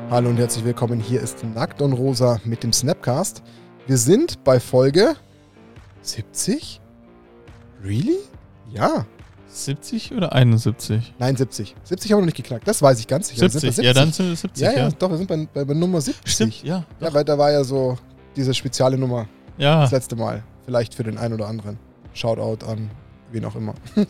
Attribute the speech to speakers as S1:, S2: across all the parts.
S1: Hallo und herzlich willkommen. Hier ist Nackt und Rosa mit dem Snapcast. Wir sind bei Folge 70? Really? Ja.
S2: 70 oder 71?
S1: Nein, 70. 70 haben wir noch nicht geknackt. Das weiß ich ganz sicher.
S2: 70, ja, dann sind es 70.
S1: Ja, doch, wir sind bei Nummer 70.
S2: Stimmt, ja.
S1: Ja, weil da war ja so diese spezielle Nummer
S2: Ja.
S1: das letzte Mal. Vielleicht für den einen oder anderen. Shoutout an wen auch immer.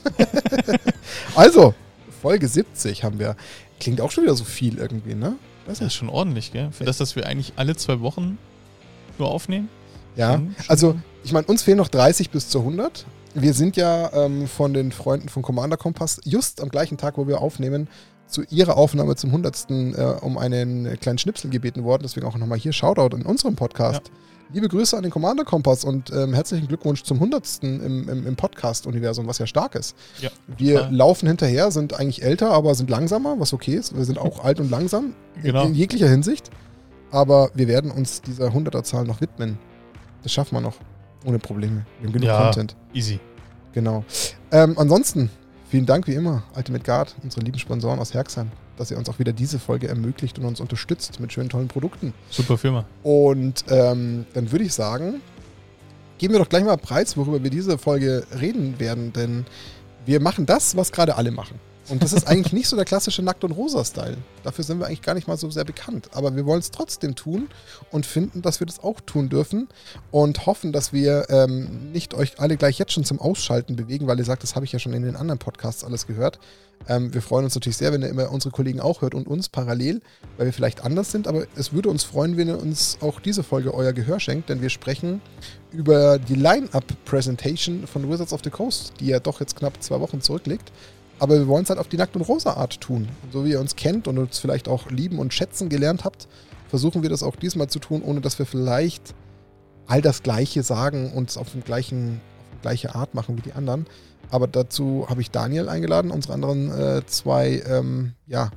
S1: Also, Folge 70 haben wir. Klingt auch schon wieder so viel irgendwie, ne?
S2: Das ist schon ordentlich, gell? Für das, dass wir eigentlich alle 2 Wochen nur aufnehmen.
S1: Ja,
S2: Schon.
S1: also ich meine, uns fehlen noch 30 bis zu 100. Wir sind ja von den Freunden von Commander Kompass just am gleichen Tag, wo wir aufnehmen, zu ihrer Aufnahme zum 100. Um einen kleinen Schnipsel gebeten worden. Deswegen auch nochmal hier Shoutout in unserem Podcast. Ja. Liebe Grüße an den Commander Kompass und herzlichen Glückwunsch zum 100. im Podcast-Universum, was ja stark ist.
S2: Ja,
S1: wir laufen hinterher, sind eigentlich älter, aber sind langsamer, was okay ist. Wir sind auch alt und langsam,
S2: genau.
S1: in jeglicher Hinsicht. Aber wir werden uns dieser 100er-Zahl noch widmen. Das schaffen wir noch. Ohne Probleme. Wir haben genug Content.
S2: Easy.
S1: Genau. Ansonsten, vielen Dank wie immer, Ultimate Guard, unsere lieben Sponsoren aus Herxheim, dass ihr uns auch wieder diese Folge ermöglicht und uns unterstützt mit schönen, tollen Produkten.
S2: Super Firma.
S1: Und dann würde ich sagen, geben wir doch gleich mal Preis, worüber wir diese Folge reden werden, denn wir machen das, was gerade alle machen. Und das ist eigentlich nicht so der klassische Nackt- und Rosa-Style. Dafür sind wir eigentlich gar nicht mal so sehr bekannt. Aber wir wollen es trotzdem tun und finden, dass wir das auch tun dürfen und hoffen, dass wir nicht euch alle gleich jetzt schon zum Ausschalten bewegen, weil ihr sagt, das habe ich ja schon in den anderen Podcasts alles gehört. Wir freuen uns natürlich sehr, wenn ihr immer unsere Kollegen auch hört und uns parallel, weil wir vielleicht anders sind. Aber es würde uns freuen, wenn ihr uns auch diese Folge euer Gehör schenkt, denn wir sprechen über die Line-Up-Presentation von Wizards of the Coast, die ja doch jetzt knapp 2 Wochen zurückliegt. Aber wir wollen es halt auf die Nackt- und Rosa-Art tun. Und so wie ihr uns kennt und uns vielleicht auch lieben und schätzen gelernt habt, versuchen wir das auch diesmal zu tun, ohne dass wir vielleicht all das Gleiche sagen und es auf die gleiche Art machen wie die anderen. Aber dazu habe ich Daniel eingeladen, unsere anderen 2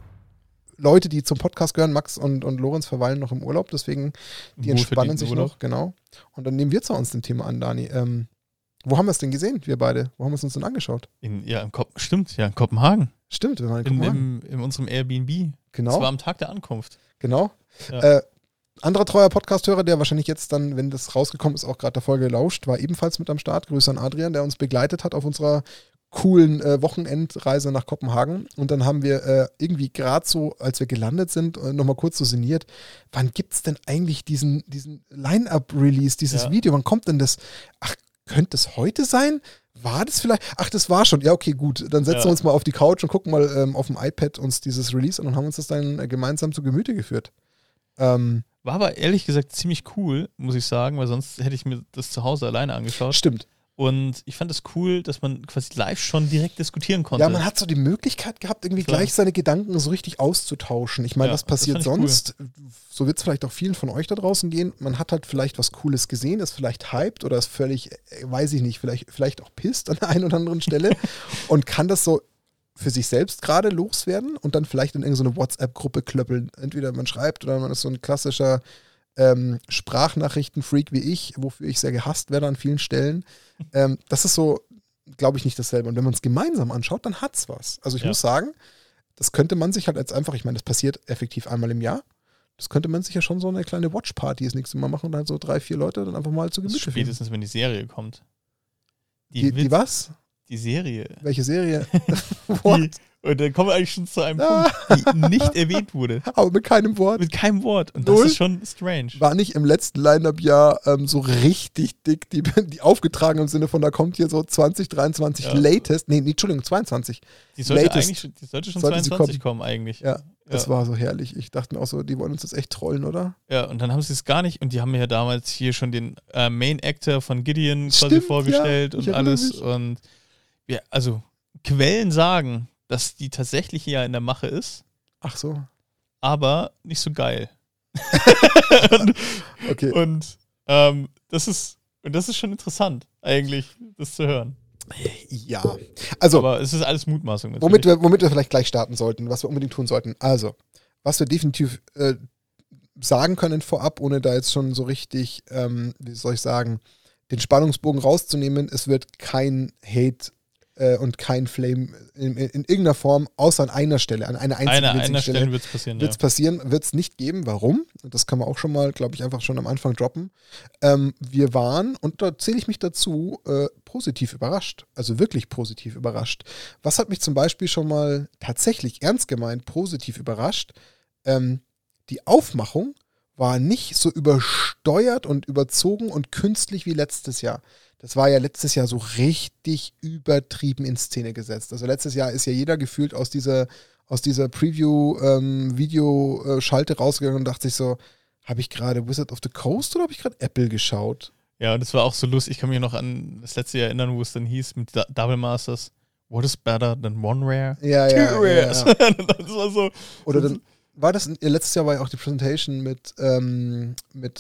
S1: Leute, die zum Podcast gehören. Max und Lorenz verweilen noch im Urlaub, deswegen die entspannen sich noch. Genau. Und dann nehmen wir zu uns dem Thema an, Dani. Wo haben wir es denn gesehen, wir beide? Wo haben wir es uns denn angeschaut?
S2: In Kopenhagen.
S1: Stimmt, wir waren in Kopenhagen.
S2: In unserem Airbnb.
S1: Genau.
S2: Das war am Tag der Ankunft.
S1: Genau. Ja. Anderer treuer Podcast-Hörer, der wahrscheinlich jetzt dann, wenn das rausgekommen ist, auch gerade der Folge lauscht, war ebenfalls mit am Start. Grüße an Adrian, der uns begleitet hat auf unserer coolen Wochenendreise nach Kopenhagen. Und dann haben wir irgendwie gerade so, als wir gelandet sind, nochmal kurz so sinniert, wann gibt es denn eigentlich diesen Line-Up-Release, dieses Video? Wann kommt denn das? Ach, könnte es heute sein? War das vielleicht? Ach, das war schon. Ja, okay, gut. Dann setzen wir uns mal auf die Couch und gucken mal auf dem iPad uns dieses Release an und haben uns das dann gemeinsam zu Gemüte geführt.
S2: War aber ehrlich gesagt ziemlich cool, muss ich sagen, weil sonst hätte ich mir das zu Hause alleine angeschaut.
S1: Stimmt.
S2: Und ich fand es cool, dass man quasi live schon direkt diskutieren konnte.
S1: Ja, man hat so die Möglichkeit gehabt, irgendwie gleich seine Gedanken so richtig auszutauschen. Ich meine, was passiert sonst? Cool. So wird es vielleicht auch vielen von euch da draußen gehen. Man hat halt vielleicht was Cooles gesehen, ist vielleicht hyped oder ist völlig, weiß ich nicht, vielleicht auch pisst an der einen oder anderen Stelle und kann das so für sich selbst gerade loswerden und dann vielleicht in irgendeine WhatsApp-Gruppe klöppeln. Entweder man schreibt oder man ist so ein klassischer Sprachnachrichten-Freak wie ich, wofür ich sehr gehasst werde an vielen Stellen. Das ist so, glaube ich, nicht dasselbe. Und wenn man es gemeinsam anschaut, dann hat es was. Also ich muss sagen, das könnte man sich halt als einfach, ich meine, das passiert effektiv einmal im Jahr, das könnte man sich ja schon so eine kleine Watch-Party das nächste Mal machen und dann so 3, 4 Leute dann einfach mal zu Gemüte führen.
S2: Spätestens, wenn die Serie kommt.
S1: Die was?
S2: Die Serie.
S1: Welche Serie?
S2: Und dann kommen wir eigentlich schon zu einem Punkt, die nicht erwähnt wurde.
S1: Aber mit keinem Wort.
S2: Mit keinem Wort. Und das ist schon strange.
S1: War nicht im letzten Line-Up-Jahr so richtig dick, die aufgetragen im Sinne von, da kommt hier so 2023 Latest. Nee, Entschuldigung, 22.
S2: Die sollte schon 22 kommen eigentlich.
S1: Ja, das war so herrlich. Ich dachte mir auch so, die wollen uns jetzt echt trollen, oder?
S2: Ja, und dann haben sie es gar nicht. Und die haben mir ja damals hier schon den Main Actor von Gideon quasi vorgestellt und alles. Mich. Und ja, also Quellen sagen, dass die tatsächlich ja in der Mache ist.
S1: Ach so.
S2: Aber nicht so geil.
S1: Okay.
S2: Und das ist schon interessant, eigentlich, das zu hören.
S1: Ja. Also,
S2: aber es ist alles Mutmaßung natürlich.
S1: Womit wir vielleicht gleich starten sollten, was wir unbedingt tun sollten. Also, was wir definitiv sagen können vorab, ohne da jetzt schon so richtig, wie soll ich sagen, den Spannungsbogen rauszunehmen, es wird kein Hate und kein Flame in irgendeiner Form, außer an einer Stelle, an einer einzigen Stelle
S2: wird es passieren.
S1: Wird es nicht geben. Warum? Das kann man auch schon mal, glaube ich, einfach schon am Anfang droppen. Wir waren, und da zähle ich mich dazu, positiv überrascht. Also wirklich positiv überrascht. Was hat mich zum Beispiel schon mal tatsächlich ernst gemeint positiv überrascht? Die Aufmachung war nicht so übersteuert und überzogen und künstlich wie letztes Jahr. Das war ja letztes Jahr so richtig übertrieben in Szene gesetzt. Also letztes Jahr ist ja jeder gefühlt aus dieser Preview-Video-Schalte rausgegangen und dachte sich so, habe ich gerade Wizard of the Coast oder habe ich gerade Apple geschaut?
S2: Ja, und das war auch so lustig. Ich kann mich noch an das letzte Jahr erinnern, wo es dann hieß mit Double Masters, what is better than one rare?
S1: Ja,
S2: Two
S1: rares.
S2: Ja. Das war so.
S1: Oder dann war das, letztes Jahr war ja auch die Präsentation mit dem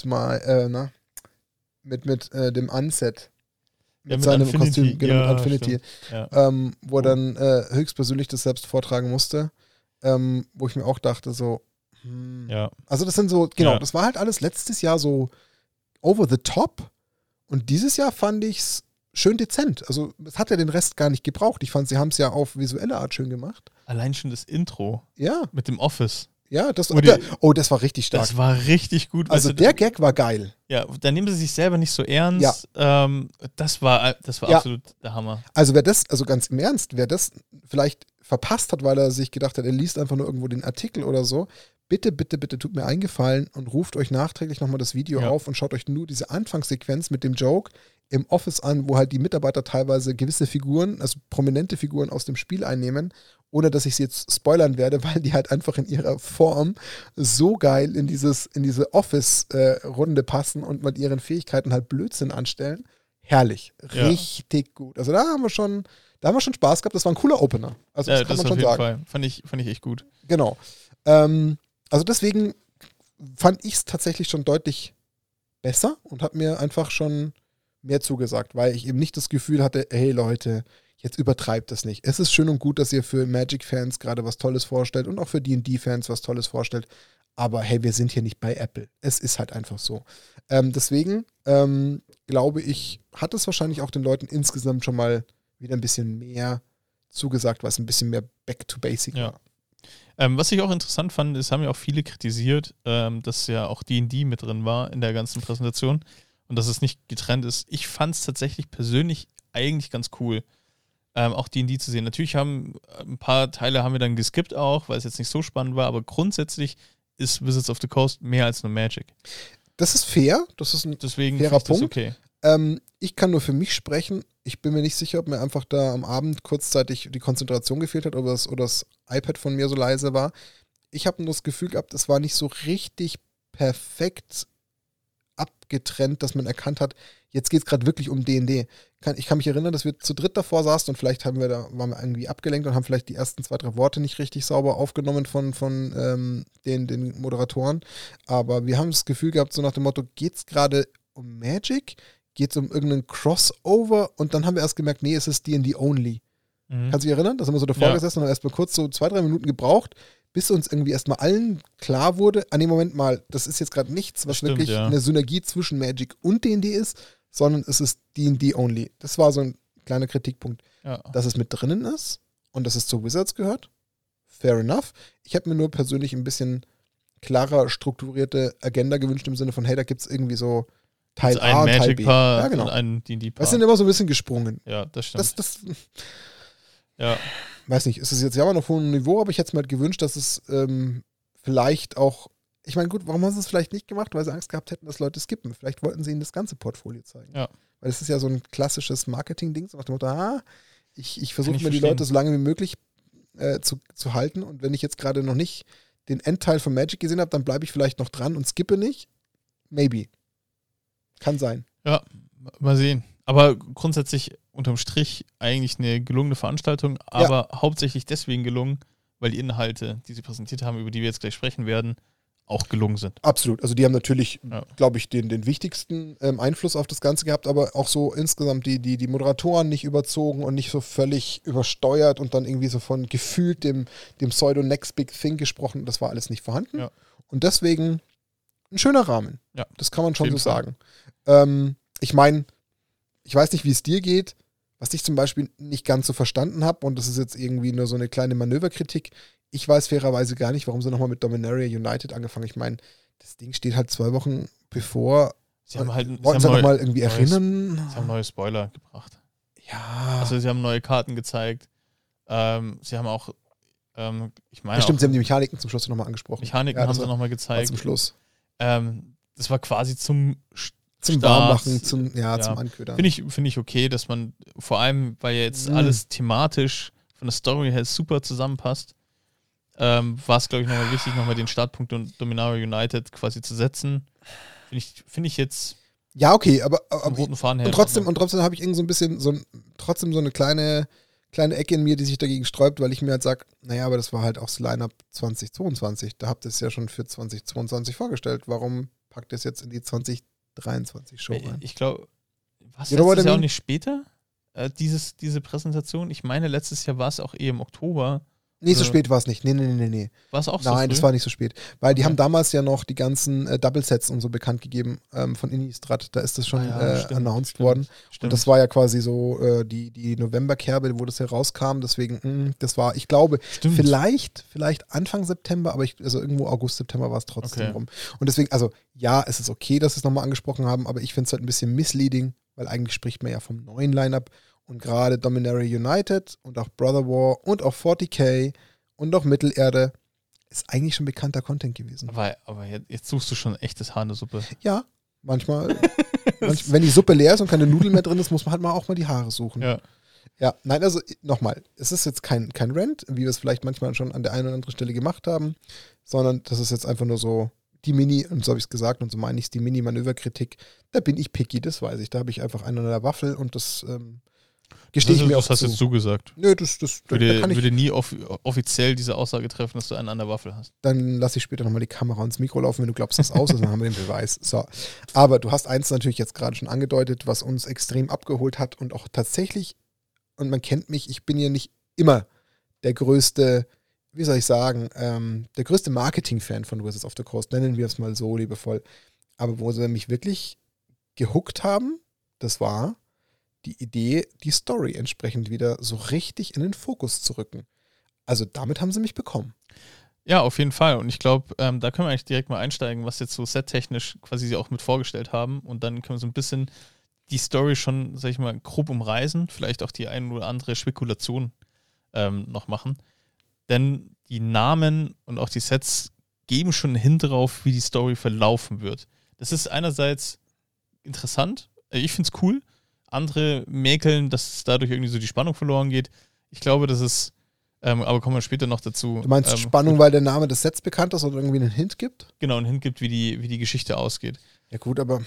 S1: Unset. Mit seinem
S2: Infinity.
S1: Kostüm, genau,
S2: ja,
S1: Infinity.
S2: Ja.
S1: Wo er dann höchstpersönlich das selbst vortragen musste. Wo ich mir auch dachte, so,
S2: Ja.
S1: Also das sind so, genau, das war halt alles letztes Jahr so over the top. Und dieses Jahr fand ich es schön dezent. Also es hat ja den Rest gar nicht gebraucht. Ich fand, sie haben es ja auf visuelle Art schön gemacht.
S2: Allein schon das Intro.
S1: Ja.
S2: Mit dem Office.
S1: Ja, das war richtig stark.
S2: Das war richtig gut.
S1: Also der Gag war geil.
S2: Ja, da nehmen sie sich selber nicht so ernst.
S1: Ja.
S2: Das war absolut der Hammer.
S1: Also ganz im Ernst, wer das vielleicht verpasst hat, weil er sich gedacht hat, er liest einfach nur irgendwo den Artikel oder so, bitte tut mir einen Gefallen und ruft euch nachträglich nochmal das Video auf und schaut euch nur diese Anfangssequenz mit dem Joke im Office an, wo halt die Mitarbeiter teilweise gewisse Figuren, also prominente Figuren aus dem Spiel einnehmen, ohne dass ich sie jetzt spoilern werde, weil die halt einfach in ihrer Form so geil in diese Office-Runde passen und mit ihren Fähigkeiten halt Blödsinn anstellen. Herrlich. Richtig gut. Also da haben wir schon Spaß gehabt. Das war ein cooler Opener. Also das kann man schon sagen.
S2: Fall. Fand ich echt gut.
S1: Genau. Also deswegen fand ich es tatsächlich schon deutlich besser und habe mir einfach schon mehr zugesagt, weil ich eben nicht das Gefühl hatte, hey Leute, jetzt übertreibt das nicht. Es ist schön und gut, dass ihr für Magic-Fans gerade was Tolles vorstellt und auch für D&D-Fans was Tolles vorstellt, aber hey, wir sind hier nicht bei Apple. Es ist halt einfach so. Deswegen glaube ich, hat es wahrscheinlich auch den Leuten insgesamt schon mal wieder ein bisschen mehr zugesagt, was ein bisschen mehr back to basic war.
S2: Was ich auch interessant fand, ist, haben ja auch viele kritisiert, dass ja auch D&D mit drin war in der ganzen Präsentation und dass es nicht getrennt ist. Ich fand es tatsächlich persönlich eigentlich ganz cool, auch D&D zu sehen. Natürlich haben ein paar Teile haben wir dann geskippt auch, weil es jetzt nicht so spannend war, aber grundsätzlich ist Wizards of the Coast mehr als nur Magic. Das ist fair, das ist ein fairer Punkt.
S1: Okay. Ich kann nur für mich sprechen. Ich bin mir nicht sicher, ob mir einfach da am Abend kurzzeitig die Konzentration gefehlt hat oder das iPad von mir so leise war. Ich habe nur das Gefühl gehabt, es war nicht so richtig perfekt abgetrennt, dass man erkannt hat, jetzt geht es gerade wirklich um D&D. Ich kann mich erinnern, dass wir zu dritt davor saßen und vielleicht waren wir irgendwie abgelenkt und haben vielleicht die ersten 2, 3 Worte nicht richtig sauber aufgenommen von den Moderatoren. Aber wir haben das Gefühl gehabt, so nach dem Motto, geht es gerade um Magic? Geht es um irgendeinen Crossover? Und dann haben wir erst gemerkt, nee, es ist D&D only. Kannst du dich erinnern? Da sind wir so davor gesessen und haben erstmal kurz so 2, 3 Minuten gebraucht, bis uns irgendwie erstmal allen klar wurde, an dem Moment mal, das ist jetzt gerade nichts, was wirklich eine Synergie zwischen Magic und D&D ist, sondern es ist D&D only. Das war so ein kleiner Kritikpunkt. Ja. Dass es mit drinnen ist und dass es zu Wizards gehört, fair enough. Ich habe mir nur persönlich ein bisschen klarer strukturierte Agenda gewünscht im Sinne von, hey, da gibt es irgendwie so Teil A und Teil B.
S2: Ja, genau. Und ein D&D-Paar.
S1: Das sind immer so ein bisschen gesprungen.
S2: Ja, das stimmt.
S1: Ja. Weiß nicht, ist es jetzt ja immer noch auf hohem Niveau, aber ich hätte es mir halt gewünscht, dass es vielleicht auch, ich meine, gut, warum haben sie es vielleicht nicht gemacht? Weil sie Angst gehabt hätten, dass Leute skippen. Vielleicht wollten sie ihnen das ganze Portfolio zeigen. Ja. Weil es ist ja so ein klassisches Marketing-Ding, so nach dem Motto, ich versuche mir die Leute so lange wie möglich zu halten und wenn ich jetzt gerade noch nicht den Endteil von Magic gesehen habe, dann bleibe ich vielleicht noch dran und skippe nicht. Maybe. Kann sein.
S2: Ja, mal sehen. Aber grundsätzlich unterm Strich eigentlich eine gelungene Veranstaltung, aber hauptsächlich deswegen gelungen, weil die Inhalte, die sie präsentiert haben, über die wir jetzt gleich sprechen werden, auch gelungen sind.
S1: Absolut. Also die haben natürlich, glaube ich, den wichtigsten Einfluss auf das Ganze gehabt, aber auch so insgesamt die Moderatoren nicht überzogen und nicht so völlig übersteuert und dann irgendwie so von gefühlt dem Pseudo Next Big Thing gesprochen. Das war alles nicht vorhanden. Ja. Und deswegen ein schöner Rahmen. Ja. Das kann man schon so sagen. Ich meine, ich weiß nicht, wie es dir geht, Was ich zum Beispiel nicht ganz so verstanden habe, und das ist jetzt irgendwie nur so eine kleine Manöverkritik, ich weiß fairerweise gar nicht, warum sie nochmal mit Dominaria United angefangen. Ich meine, das Ding steht halt 2 Wochen bevor.
S2: Sie haben halt
S1: wollten sie nochmal irgendwie erinnern?
S2: Sie haben neue Spoiler gebracht.
S1: Ja.
S2: Also sie haben neue Karten gezeigt. Sie haben auch, ich meine.
S1: Ja, stimmt,
S2: auch,
S1: sie haben die Mechaniken zum Schluss nochmal angesprochen.
S2: Mechaniken haben sie nochmal gezeigt.
S1: Zum Schluss.
S2: Das war quasi zum
S1: Warmmachen, zum Anködern.
S2: Finde ich okay, dass man, vor allem, weil jetzt alles thematisch von der Story her super zusammenpasst, war es, glaube ich, nochmal wichtig, nochmal den Startpunkt und Dominaria United quasi zu setzen. Finde ich jetzt.
S1: Ja, okay, aber
S2: roten Faden her.
S1: Und trotzdem habe ich irgendwie so ein bisschen trotzdem so eine kleine Ecke in mir, die sich dagegen sträubt, weil ich mir halt sage, naja, aber das war halt auch das Line-Up 2022. Da habt ihr es ja schon für 2022 vorgestellt. Warum packt ihr es jetzt in die 2023 Show rein?
S2: Ich glaube, was letztes Jahr auch nicht später? Diese Präsentation? Ich meine, letztes Jahr war es auch im Oktober.
S1: Nee, so spät war es nicht. Nee.
S2: War es auch so
S1: Nein,
S2: früh?
S1: das war nicht so spät. Weil die haben damals ja noch die ganzen Double-Sets und so bekannt gegeben von Innistrad. Da ist das schon announced worden.
S2: Stimmt.
S1: Und das war ja quasi so die Novemberkerbe, wo das herauskam. Deswegen, das war, ich glaube, vielleicht Anfang September, aber also irgendwo August, September war es trotzdem rum. Und deswegen, also ja, es ist okay, dass sie es nochmal angesprochen haben, aber ich finde es halt ein bisschen misleading, weil eigentlich spricht man ja vom neuen Line-Up. Und gerade Dominaria United und auch Brother War und auch 40k und auch Mittelerde ist eigentlich schon bekannter Content gewesen.
S2: Aber jetzt suchst du schon echtes Haar in der Suppe.
S1: Ja, manchmal. Wenn die Suppe leer ist und keine Nudeln mehr drin ist, muss man halt auch mal die Haare suchen. Ja, nein, also nochmal, es ist jetzt kein Rant, wie wir es vielleicht manchmal schon an der einen oder anderen Stelle gemacht haben, sondern das ist jetzt einfach nur so die und so habe ich es gesagt und so meine ich es, die Mini-Manöverkritik. Da bin ich picky, das weiß ich. Da habe ich einfach einen an der Waffel und das gestehe ich mir auch zu.
S2: Das hast jetzt du gesagt.
S1: Nö,
S2: würde nie offiziell diese Aussage treffen, dass du einen an der Waffel hast.
S1: Dann lasse ich später nochmal die Kamera ins Mikro laufen, wenn du glaubst, dass aus ist, dann haben wir den Beweis. So. Aber du hast eins natürlich jetzt gerade schon angedeutet, was uns extrem abgeholt hat und auch tatsächlich, und man kennt mich, ich bin ja nicht immer der größte, wie soll ich sagen, der größte Marketing-Fan von Wizards of the Coast, nennen wir es mal so liebevoll. Aber wo sie mich wirklich gehuckt haben, das war die Idee, die Story entsprechend wieder so richtig in den Fokus zu rücken. Also damit haben sie mich bekommen.
S2: Ja, auf jeden Fall. Und ich glaube, da können wir eigentlich direkt mal einsteigen, was jetzt so settechnisch quasi sie auch mit vorgestellt haben. Und dann können wir so ein bisschen die Story schon, sag ich mal, grob umreißen. Vielleicht auch die ein oder andere Spekulation noch machen. Denn die Namen und auch die Sets geben schon einen Hint drauf, wie die Story verlaufen wird. Das ist einerseits interessant. Ich finde es cool. Andere mäkeln, dass dadurch irgendwie so die Spannung verloren geht. Ich glaube, das ist, aber kommen wir später noch dazu.
S1: Du meinst Spannung, weil der Name des Sets bekannt ist oder irgendwie einen Hint gibt?
S2: Genau, einen Hint gibt, wie die Geschichte ausgeht.
S1: Ja gut, aber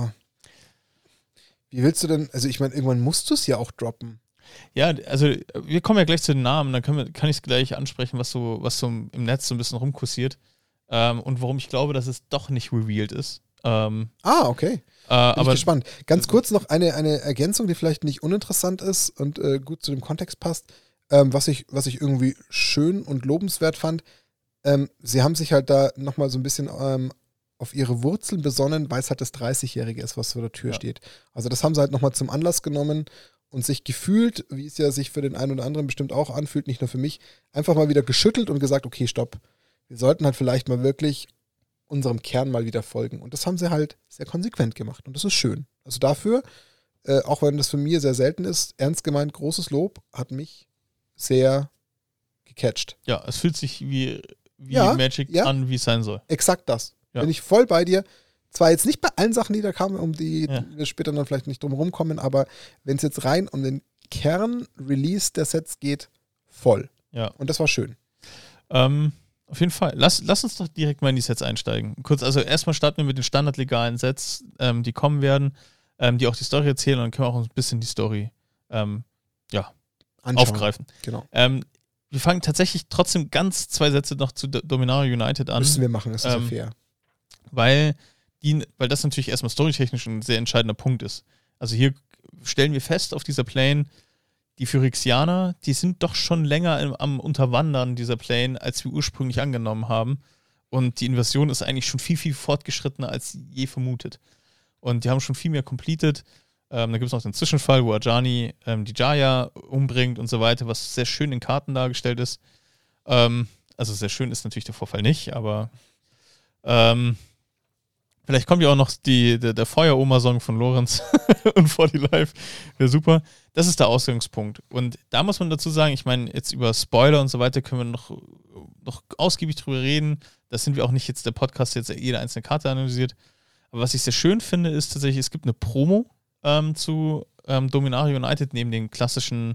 S1: wie willst du denn, also ich meine, irgendwann musst du es ja auch droppen.
S2: Ja, also wir kommen ja gleich zu den Namen, dann kann ich es gleich ansprechen, was so im Netz so ein bisschen rumkursiert und warum ich glaube, dass es doch nicht revealed ist.
S1: Okay. Bin ich gespannt. Ganz kurz noch eine Ergänzung, die vielleicht nicht uninteressant ist und gut zu dem Kontext passt, was ich irgendwie schön und lobenswert fand. Sie haben sich halt da nochmal so ein bisschen auf ihre Wurzeln besonnen, weil es halt das 30-Jährige ist, was vor der Tür steht. Also das haben sie halt nochmal zum Anlass genommen und sich gefühlt, wie es ja sich für den einen oder anderen bestimmt auch anfühlt, nicht nur für mich, einfach mal wieder geschüttelt und gesagt, okay, stopp. Wir sollten halt vielleicht mal wirklich unserem Kern mal wieder folgen. Und das haben sie halt sehr konsequent gemacht. Und das ist schön. Also dafür, auch wenn das für mich sehr selten ist, ernst gemeint, großes Lob, hat mich sehr gecatcht.
S2: Ja, es fühlt sich wie Magic an, wie es sein soll.
S1: Exakt das. Ja. Bin ich voll bei dir. Zwar jetzt nicht bei allen Sachen, die da kamen, um die wir später dann vielleicht nicht drum rumkommen, aber wenn es jetzt rein um den Kern-Release der Sets geht, voll.
S2: Ja.
S1: Und das war schön.
S2: Auf jeden Fall. Lass uns doch direkt mal in die Sets einsteigen. Kurz, also erstmal starten wir mit den standardlegalen Sets, die kommen werden, die auch die Story erzählen und dann können wir auch ein bisschen die Story aufgreifen.
S1: Genau.
S2: Wir fangen tatsächlich trotzdem ganz 2 Sätze noch zu Dominaria United an.
S1: Müssen wir machen, das ist ja fair.
S2: Weil das natürlich erstmal storytechnisch ein sehr entscheidender Punkt ist. Also hier stellen wir fest auf dieser Plane, die Phyrexianer, die sind doch schon länger am Unterwandern dieser Plane, als wir ursprünglich angenommen haben. Und die Invasion ist eigentlich schon viel, viel fortgeschrittener als je vermutet. Und die haben schon viel mehr completed. Da gibt es noch den Zwischenfall, wo Ajani die Jaya umbringt und so weiter, was sehr schön in Karten dargestellt ist. Also sehr schön ist natürlich der Vorfall nicht, aber vielleicht kommt ja auch noch der Feuer-Oma-Song von Lorenz und 40 Live. Wäre super. Das ist der Ausgangspunkt. Und da muss man dazu sagen, ich meine, jetzt über Spoiler und so weiter können wir noch ausgiebig drüber reden. Das sind wir auch nicht jetzt der Podcast, der jetzt jede einzelne Karte analysiert. Aber was ich sehr schön finde, ist tatsächlich, es gibt eine Promo zu Dominaria United neben den klassischen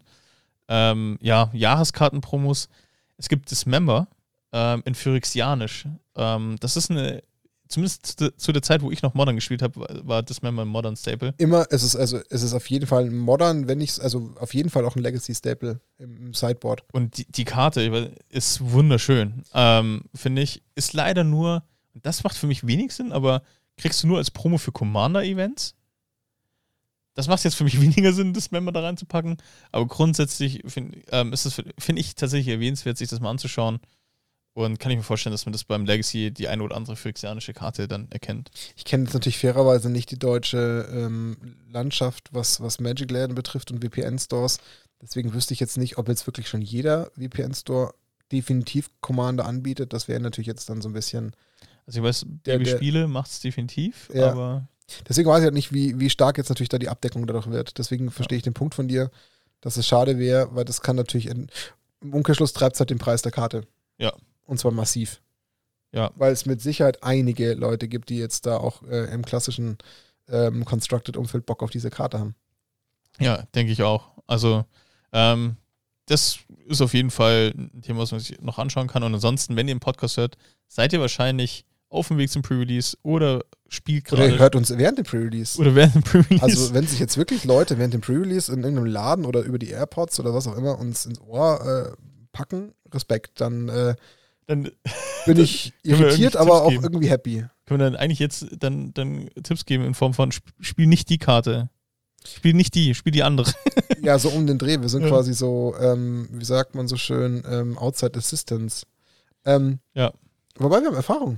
S2: Jahreskarten-Promos. Es gibt Dismember in Phyrexianisch. Das ist zumindest zu der Zeit, wo ich noch Modern gespielt habe, war Dismember ein Modern Staple.
S1: Immer, es ist auf jeden Fall ein Modern, also auf jeden Fall auch ein Legacy Staple im Sideboard.
S2: Und die Karte ist wunderschön. Finde ich, ist leider nur, das macht für mich wenig Sinn, aber kriegst du nur als Promo für Commander-Events. Das macht jetzt für mich weniger Sinn, Dismember da reinzupacken, aber grundsätzlich finde ich tatsächlich erwähnenswert, sich das mal anzuschauen. Und kann ich mir vorstellen, dass man das beim Legacy die eine oder andere phyrexianische Karte dann erkennt.
S1: Ich kenne jetzt natürlich fairerweise nicht die deutsche Landschaft, was Magic-Läden betrifft und VPN-Stores. Deswegen wüsste ich jetzt nicht, ob jetzt wirklich schon jeder VPN-Store definitiv Commander anbietet. Das wäre natürlich jetzt dann so ein bisschen...
S2: Also ich weiß, Spiele macht es definitiv,
S1: ja.
S2: Aber...
S1: Deswegen weiß ich halt nicht, wie stark jetzt natürlich da die Abdeckung dadurch wird. Deswegen verstehe ich den Punkt von dir, dass es schade wäre, weil das kann natürlich im Umkehrschluss treibt es halt den Preis der Karte.
S2: Ja.
S1: Und zwar massiv.
S2: Ja.
S1: Weil es mit Sicherheit einige Leute gibt, die jetzt da auch im klassischen Constructed-Umfeld Bock auf diese Karte haben.
S2: Ja, denke ich auch. Also, das ist auf jeden Fall ein Thema, was man sich noch anschauen kann. Und ansonsten, wenn ihr einen Podcast hört, seid ihr wahrscheinlich auf dem Weg zum Pre-Release oder spielt gerade.
S1: Oder ihr hört uns während dem Pre-Release.
S2: Oder während dem Pre-Release.
S1: Also, wenn sich jetzt wirklich Leute während dem Pre-Release in irgendeinem Laden oder über die AirPods oder was auch immer uns ins Ohr packen, Respekt, dann bin ich irritiert, aber auch irgendwie happy.
S2: Können wir dann eigentlich jetzt dann Tipps geben in Form von spiel nicht die Karte. Spiel nicht die, spiel die andere.
S1: Ja, so um den Dreh. Wir sind quasi so, wie sagt man so schön, Outside Assistance.
S2: Ja.
S1: Wobei wir haben Erfahrung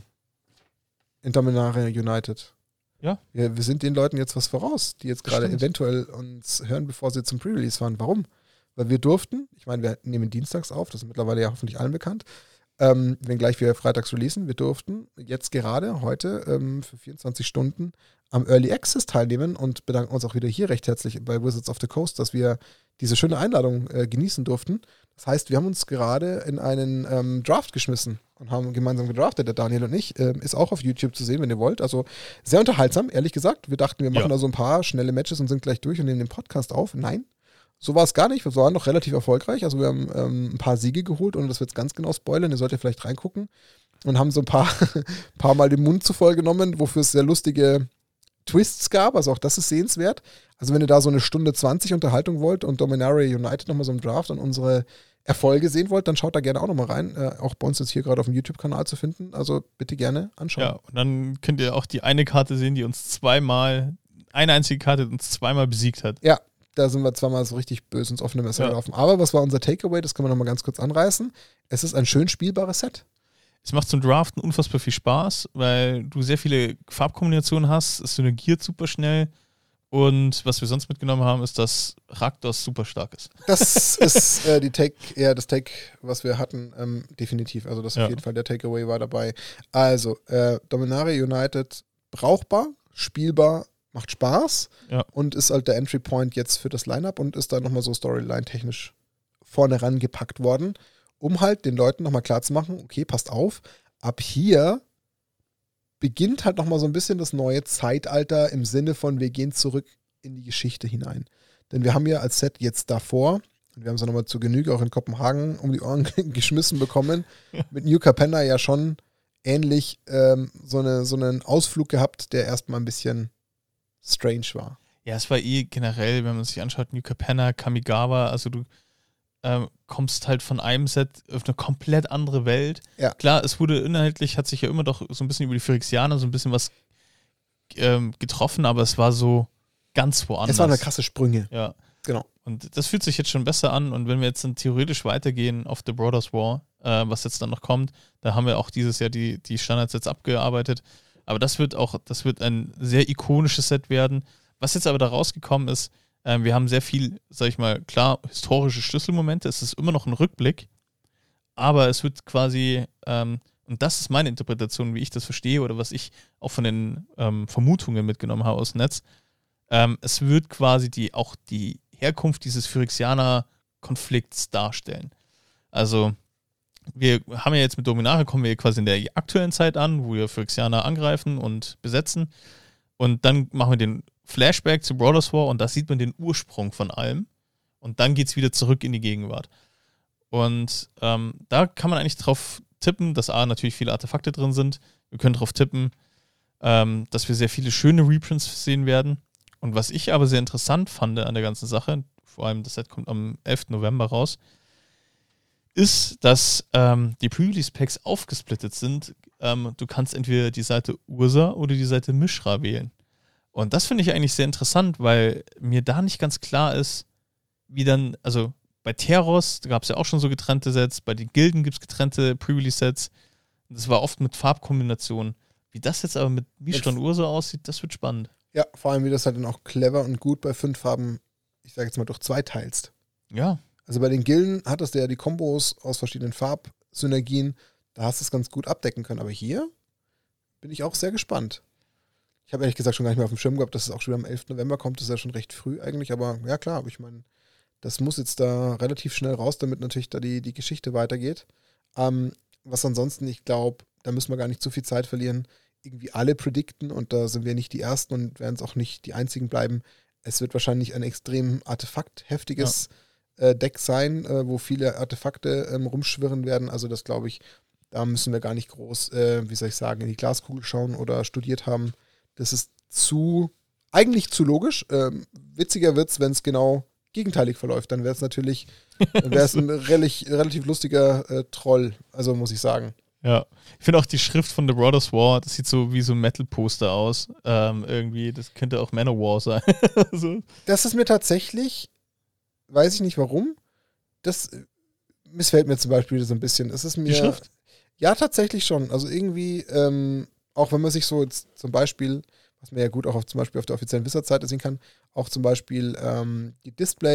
S1: in Dominaria United.
S2: Ja.
S1: Wir sind den Leuten jetzt was voraus, die jetzt gerade eventuell uns hören, bevor sie zum Pre-Release fahren. Warum? Weil wir durften, ich meine, wir nehmen dienstags auf, das ist mittlerweile ja hoffentlich allen bekannt, wenngleich wir freitags releasen, wir durften jetzt gerade heute für 24 Stunden am Early Access teilnehmen und bedanken uns auch wieder hier recht herzlich bei Wizards of the Coast, dass wir diese schöne Einladung genießen durften. Das heißt, wir haben uns gerade in einen Draft geschmissen und haben gemeinsam gedraftet, der Daniel und ich. Ist auch auf YouTube zu sehen, wenn ihr wollt. Also sehr unterhaltsam, ehrlich gesagt. Wir dachten, wir machen da so ein paar schnelle Matches und sind gleich durch und nehmen den Podcast auf. Nein. So war es gar nicht. Wir waren noch relativ erfolgreich. Also wir haben ein paar Siege geholt, ohne dass wir jetzt ganz genau spoilern. Ihr solltet vielleicht reingucken. Und haben so ein paar Mal den Mund zu voll genommen, wofür es sehr lustige Twists gab. Also auch das ist sehenswert. Also wenn ihr da so eine Stunde 20 Unterhaltung wollt und Dominaria United nochmal so im Draft und unsere Erfolge sehen wollt, dann schaut da gerne auch nochmal rein. Auch bei uns jetzt hier gerade auf dem YouTube-Kanal zu finden. Also bitte gerne anschauen.
S2: Ja, und dann könnt ihr auch die eine Karte sehen, die uns eine einzige Karte uns zweimal besiegt hat.
S1: Ja. Da sind wir zweimal so richtig böse ins offene Messer gelaufen. Aber was war unser Takeaway? Das können wir nochmal ganz kurz anreißen. Es ist ein schön spielbares Set.
S2: Es macht zum Draften unfassbar viel Spaß, weil du sehr viele Farbkombinationen hast. Es synergiert super schnell. Und was wir sonst mitgenommen haben, ist, dass Rakdos super stark ist.
S1: Das ist das Take, was wir hatten, definitiv. Also das auf jeden Fall der Takeaway war dabei. Also, Dominaria United brauchbar, spielbar, macht Spaß und ist halt der Entry Point jetzt für das Lineup und ist da nochmal so Storyline-technisch vorne rangepackt worden, um halt den Leuten nochmal klarzumachen, okay, passt auf, ab hier beginnt halt nochmal so ein bisschen das neue Zeitalter im Sinne von, wir gehen zurück in die Geschichte hinein. Denn wir haben ja als Set jetzt davor, und wir haben es ja nochmal zur Genüge auch in Kopenhagen um die Ohren geschmissen bekommen, mit New Capenna ja schon ähnlich so einen Ausflug gehabt, der erstmal ein bisschen strange war.
S2: Ja, es war generell, wenn man sich anschaut, New Capenna, Kamigawa, also du kommst halt von einem Set auf eine komplett andere Welt. Ja. Klar, es wurde inhaltlich, hat sich ja immer doch so ein bisschen über die Phyrexianer so ein bisschen was getroffen, aber es war so ganz woanders.
S1: Es waren krasse Sprünge.
S2: Ja.
S1: Genau.
S2: Und das fühlt sich jetzt schon besser an und wenn wir jetzt dann theoretisch weitergehen auf The Brothers War, was jetzt dann noch kommt, da haben wir auch dieses Jahr die Standardsets abgearbeitet. Aber das wird ein sehr ikonisches Set werden, Was jetzt aber da rausgekommen ist, wir haben sehr viel, sag ich mal, klar, historische Schlüsselmomente. Es ist immer noch ein Rückblick, aber es wird quasi, und das ist meine Interpretation, wie ich das verstehe oder was ich auch von den Vermutungen mitgenommen habe aus dem Netz. Es wird quasi auch die Herkunft dieses Phyrexianer-Konflikts darstellen. Also, wir haben ja jetzt mit Dominaria, kommen wir quasi in der aktuellen Zeit an, wo wir Phyrexianer angreifen und besetzen. Und dann machen wir den Flashback zu Brothers War und da sieht man den Ursprung von allem. Und dann geht es wieder zurück in die Gegenwart. Und da kann man eigentlich drauf tippen, dass natürlich viele Artefakte drin sind. Wir können drauf tippen, dass wir sehr viele schöne Reprints sehen werden. Und was ich aber sehr interessant fand an der ganzen Sache, vor allem das Set kommt am 11. November raus, ist, dass die Pre-Release-Packs aufgesplittet sind. Du kannst entweder die Seite Ursa oder die Seite Mishra wählen. Und das finde ich eigentlich sehr interessant, weil mir da nicht ganz klar ist, wie dann, also bei Teros, da gab es ja auch schon so getrennte Sets, bei den Gilden gibt es getrennte Pre-Release-Sets. Das war oft mit Farbkombinationen. Wie das jetzt aber mit Mishra und Ursa aussieht, das wird spannend.
S1: Ja, vor allem, wie das halt dann auch clever und gut bei 5 Farben, ich sage jetzt mal, durch 2 teilst.
S2: Ja.
S1: Also bei den Gilden hattest du ja die Kombos aus verschiedenen Farbsynergien, da hast du es ganz gut abdecken können. Aber hier bin ich auch sehr gespannt. Ich habe ehrlich gesagt schon gar nicht mehr auf dem Schirm gehabt, dass es auch schon am 11. November kommt. Das ist ja schon recht früh eigentlich, aber ja klar, aber ich meine, das muss jetzt da relativ schnell raus, damit natürlich da die Geschichte weitergeht. Was ansonsten, ich glaube, da müssen wir gar nicht zu viel Zeit verlieren, irgendwie alle predikten und da sind wir nicht die Ersten und werden es auch nicht die Einzigen bleiben. Es wird wahrscheinlich ein extrem artefaktheftiges Deck sein, wo viele Artefakte rumschwirren werden. Also das glaube ich, da müssen wir gar nicht groß, wie soll ich sagen, in die Glaskugel schauen oder studiert haben. Das ist eigentlich zu logisch. Witziger wird es, wenn es genau gegenteilig verläuft. Dann wäre es natürlich, ein relativ lustiger Troll, also muss ich sagen.
S2: Ja, ich finde auch die Schrift von The Brothers War, das sieht so wie so ein Metal-Poster aus. Irgendwie, das könnte auch Manowar sein. So.
S1: Das ist mir tatsächlich, weiß ich nicht warum, das missfällt mir zum Beispiel so ein bisschen. Es ist mir,
S2: die Schrift?
S1: Ja, tatsächlich schon. Also irgendwie, auch wenn man sich so jetzt zum Beispiel, was man ja gut auch zum Beispiel auf der offiziellen Wizard-Seite sehen kann, auch zum Beispiel die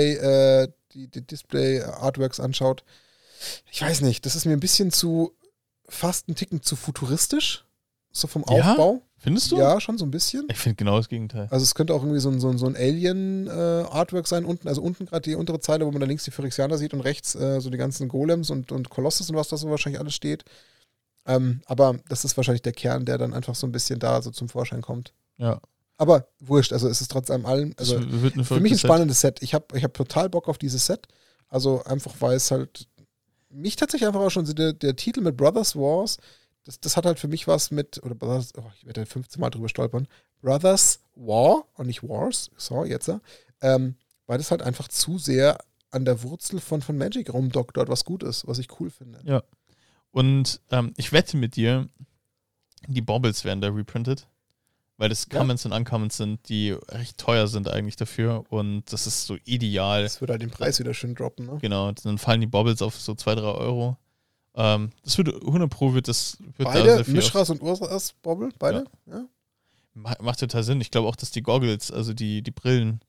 S1: Display-Artworks anschaut. Ich weiß nicht, das ist mir ein bisschen fast einen Ticken zu futuristisch, so vom Aufbau.
S2: Findest du?
S1: Ja, schon so ein bisschen.
S2: Ich finde genau das Gegenteil.
S1: Also es könnte auch irgendwie so ein Alien-Artwork sein unten, also unten gerade die untere Zeile, wo man da links die Phyrexianer sieht und rechts so die ganzen Golems und Kolossus und was da so wahrscheinlich alles steht. Aber das ist wahrscheinlich der Kern, der dann einfach so ein bisschen da so zum Vorschein kommt.
S2: Ja.
S1: Aber wurscht, also es ist trotz allem, also für mich ein spannendes Set. Ich hab total Bock auf dieses Set. Also einfach, weil es halt mich tatsächlich einfach auch schon der Titel mit Brothers Wars, das hat halt für mich was mit, oder Brothers, ich werde 15 Mal drüber stolpern, Brothers War und nicht Wars, so, jetzt, weil das halt einfach zu sehr an der Wurzel von Magic rumdoktort, was gut ist, was ich cool finde.
S2: Ja. Und ich wette mit dir, die Bobbles werden da reprintet, weil das Commons und Uncommons sind, die recht teuer sind eigentlich dafür und das ist so ideal.
S1: Das würde halt den Preis wieder schön droppen, ne?
S2: Genau, dann fallen die Bobbles auf so 2-3 Euro. Das wird 100 Pro wird
S1: beide,
S2: da sehr viel
S1: Mishras und Ursas Bobble, beide?
S2: Ja. Macht total Sinn. Ich glaube auch, dass die Goggles, also die Brillen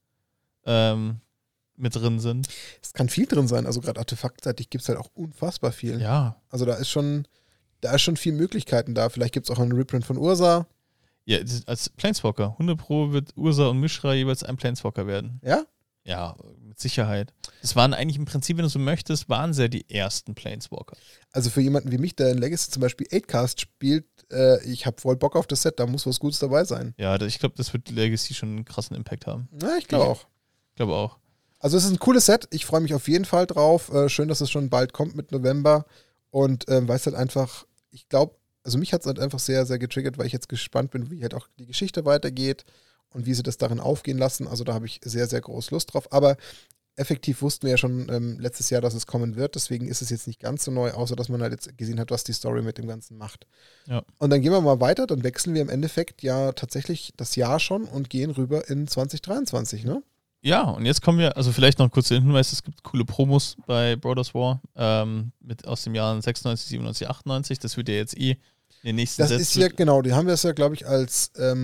S2: mit drin sind.
S1: Es kann viel drin sein, also gerade artefaktseitig gibt es halt auch unfassbar viel.
S2: Ja.
S1: Also da ist schon viel Möglichkeiten da. Vielleicht gibt es auch einen Reprint von Ursa.
S2: Ja, als Planeswalker. 100 Pro wird Ursa und Mishra jeweils ein Planeswalker werden.
S1: Ja?
S2: Ja, mit Sicherheit. Das waren eigentlich im Prinzip, wenn du so möchtest, waren sie ja die ersten Planeswalker.
S1: Also für jemanden wie mich, der in Legacy zum Beispiel 8-Cast spielt, ich habe voll Bock auf das Set, da muss was Gutes dabei sein.
S2: Ja, ich glaube, das wird Legacy schon einen krassen Impact haben.
S1: Ja, ich glaube auch.
S2: Ich glaube auch.
S1: Also es ist ein cooles Set, ich freue mich auf jeden Fall drauf. Schön, dass es schon bald kommt mit November. Und weiß halt einfach, ich glaube, also mich hat es halt einfach sehr, sehr getriggert, weil ich jetzt gespannt bin, wie halt auch die Geschichte weitergeht und wie sie das darin aufgehen lassen. Also da habe ich sehr, sehr groß Lust drauf. Aber effektiv wussten wir ja schon letztes Jahr, dass es kommen wird. Deswegen ist es jetzt nicht ganz so neu, außer dass man halt jetzt gesehen hat, was die Story mit dem Ganzen macht.
S2: Ja.
S1: Und dann gehen wir mal weiter. Dann wechseln wir im Endeffekt ja tatsächlich das Jahr schon und gehen rüber in 2023, ne?
S2: Ja, und jetzt kommen wir, also vielleicht noch ein kurzer Hinweis, es gibt coole Promos bei Brothers War aus dem Jahr 96, 97, 98. Das wird ja jetzt in den nächsten
S1: Das ist ja, genau, die haben wir es ja, glaube ich, als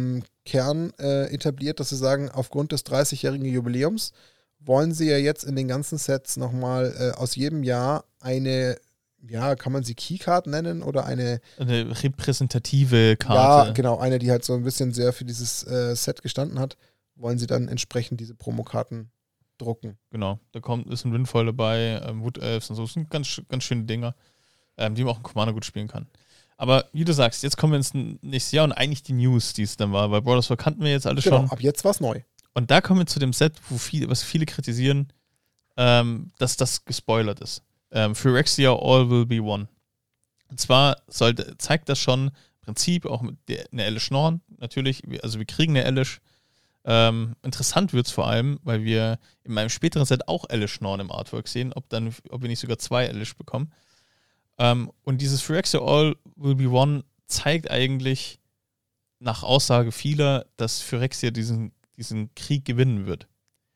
S1: Kern etabliert, dass sie sagen, aufgrund des 30-jährigen Jubiläums wollen sie ja jetzt in den ganzen Sets nochmal aus jedem Jahr eine, ja, kann man sie Keycard nennen oder eine
S2: repräsentative Karte.
S1: Ja, genau, eine, die halt so ein bisschen sehr für dieses Set gestanden hat, wollen sie dann entsprechend diese Promokarten drucken.
S2: Genau, ist ein Windfall dabei, Wood Elves und so, das sind ganz, ganz schöne Dinger, die man auch in Commander gut spielen kann. Aber wie du sagst, jetzt kommen wir ins nächste Jahr und eigentlich die News, die es dann war, weil Brothers War kannten wir jetzt alle schon.
S1: Ab jetzt war es neu.
S2: Und da kommen wir zu dem Set, was viele kritisieren, dass das gespoilert ist. Phyrexia All Will Be One. Und zwar zeigt das schon im Prinzip auch mit eine Elish Norn, natürlich, also wir kriegen eine Elish. Interessant wird es vor allem, weil wir in meinem späteren Set auch Elish Norn im Artwork sehen, ob wir nicht sogar 2 Elish bekommen. Und dieses Phyrexia All Will Be One zeigt eigentlich nach Aussage vieler, dass Phyrexia diesen Krieg gewinnen wird.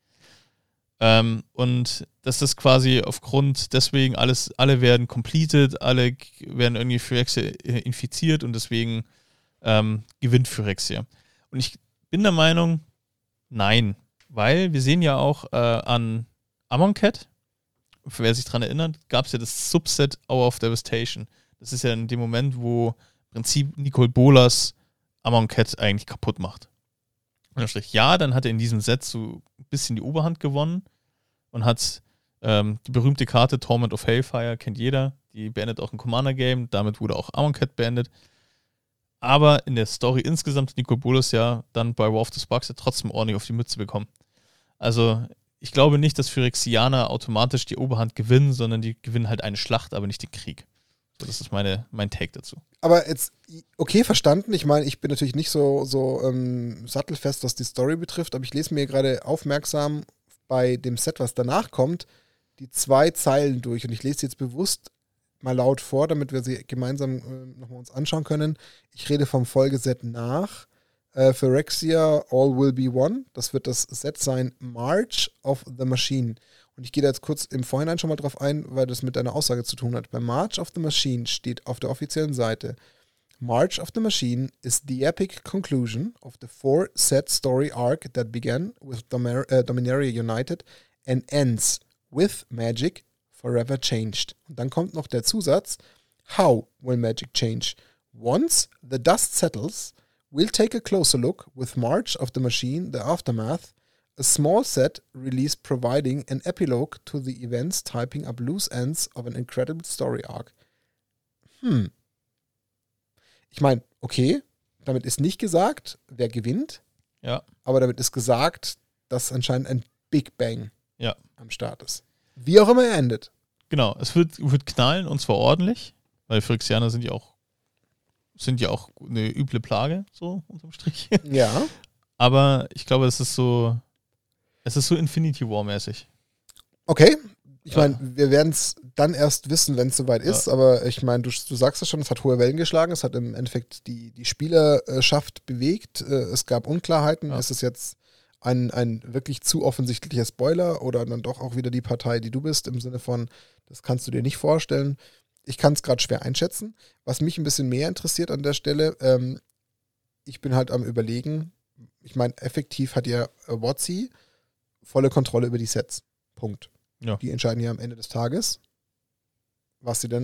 S2: Und dass das quasi aufgrund deswegen alle werden completed, alle werden irgendwie Phyrexia infiziert und deswegen gewinnt Phyrexia. Und ich bin der Meinung, nein, weil wir sehen ja auch an Amonkhet, für wer sich daran erinnert, gab es ja das Subset Hour of Devastation. Das ist ja in dem Moment, wo im Prinzip Nicol Bolas Amonkhet eigentlich kaputt macht. Ja, dann hat er in diesem Set so ein bisschen die Oberhand gewonnen und hat die berühmte Karte Torment of Hailfire, kennt jeder, die beendet auch ein Commander-Game, damit wurde auch Amonkhet beendet. Aber in der Story insgesamt hat Nicol Bolas ja dann bei War of the Sparks ja trotzdem ordentlich auf die Mütze bekommen. Also ich glaube nicht, dass Phyrexianer automatisch die Oberhand gewinnen, sondern die gewinnen halt eine Schlacht, aber nicht den Krieg. So, das ist mein Take dazu.
S1: Aber jetzt, okay, verstanden. Ich meine, ich bin natürlich nicht so sattelfest, was die Story betrifft, aber ich lese mir gerade aufmerksam bei dem Set, was danach kommt, die 2 Zeilen durch. Und ich lese jetzt bewusst mal laut vor, damit wir sie gemeinsam nochmal uns anschauen können. Ich rede vom Folgeset nach. Phyrexia All Will Be One. Das wird das Set sein March of the Machine. Und ich gehe da jetzt kurz im Vorhinein schon mal drauf ein, weil das mit einer Aussage zu tun hat. Bei March of the Machine steht auf der offiziellen Seite: March of the Machine is the epic conclusion of the 4-set story arc that began with Dominaria United and ends with Magic Forever Changed. Und dann kommt noch der Zusatz: How will Magic change? Once the dust settles, we'll take a closer look with March of the Machine, the Aftermath, a small set release providing an epilogue to the events typing up loose ends of an incredible story arc. Ich meine, okay, damit ist nicht gesagt, wer gewinnt,
S2: ja,
S1: aber damit ist gesagt, dass anscheinend ein Big Bang am Start ist. Wie auch immer er endet.
S2: Genau, es wird knallen und zwar ordentlich, weil Phyrexianer sind ja auch eine üble Plage, so unterm Strich.
S1: Ja.
S2: Aber ich glaube, es ist so Infinity War-mäßig.
S1: Okay. Ich meine, wir werden es dann erst wissen, wenn es soweit ist, aber ich meine, du sagst es schon, es hat hohe Wellen geschlagen, es hat im Endeffekt die Spielerschaft bewegt, es gab Unklarheiten, ist es jetzt ein wirklich zu offensichtlicher Spoiler oder dann doch auch wieder die Partei, die du bist, im Sinne von, das kannst du dir nicht vorstellen. Ich kann es gerade schwer einschätzen. Was mich ein bisschen mehr interessiert an der Stelle, ich bin halt am Überlegen, ich meine, effektiv hat ja WotC volle Kontrolle über die Sets. Punkt.
S2: Ja.
S1: Die entscheiden ja am Ende des Tages, was sie denn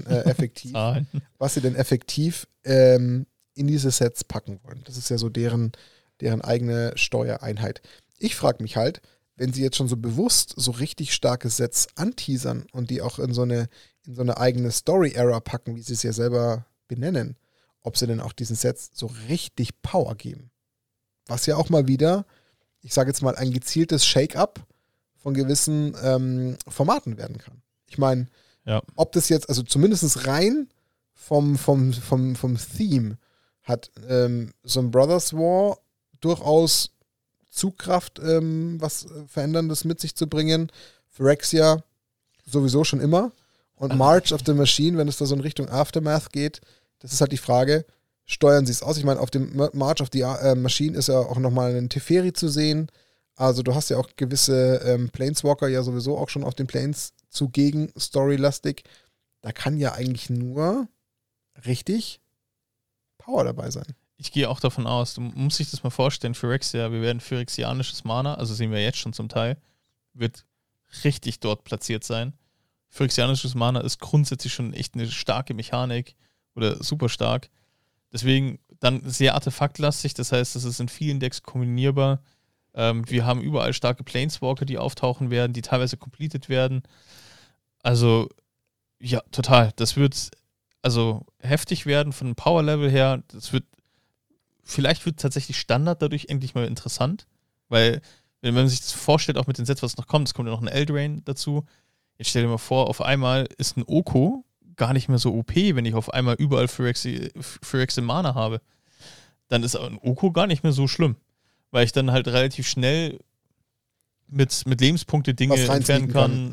S1: effektiv in diese Sets packen wollen. Das ist ja so deren eigene Steuereinheit. Ich frage mich halt, wenn sie jetzt schon so bewusst so richtig starke Sets anteasern und die auch in so eine eigene Story-Era packen, wie sie es ja selber benennen, ob sie denn auch diesen Sets so richtig Power geben. Was ja auch mal wieder, ich sage jetzt mal, ein gezieltes Shake-up von gewissen Formaten werden kann. Ich meine, ob das jetzt, also zumindest rein vom Theme hat so ein Brothers War durchaus Zugkraft, was Veränderndes mit sich zu bringen. Phyrexia sowieso schon immer. Und March of the Machine, wenn es da so in Richtung Aftermath geht, das ist halt die Frage, steuern sie es aus? Ich meine, auf dem March of the Machine ist ja auch nochmal ein Teferi zu sehen. Also du hast ja auch gewisse Planeswalker ja sowieso auch schon auf den Planes zugegen, storylastig. Da kann ja eigentlich nur richtig Power dabei sein.
S2: Ich gehe auch davon aus, du musst dich das mal vorstellen, Phyrexia, wir werden phyrexianisches Mana, also sehen wir jetzt schon zum Teil, wird richtig dort platziert sein. Phyrexianisches Mana ist grundsätzlich schon echt eine starke Mechanik oder super stark. Deswegen dann sehr artefaktlastig, das heißt, das ist in vielen Decks kombinierbar. Wir haben überall starke Planeswalker, die auftauchen werden, die teilweise completed werden. Also, ja, total. Das wird also heftig werden von dem Power-Level her. Vielleicht wird tatsächlich Standard dadurch endlich mal interessant, weil, wenn man sich das vorstellt, auch mit den Sets, was noch kommt, es kommt ja noch ein Eldraine dazu. Jetzt stell dir mal vor, auf einmal ist ein Oko gar nicht mehr so OP, wenn ich auf einmal überall Phyrexian Mana habe. Dann ist ein Oko gar nicht mehr so schlimm, weil ich dann halt relativ schnell mit Lebenspunkte Dinge entfernen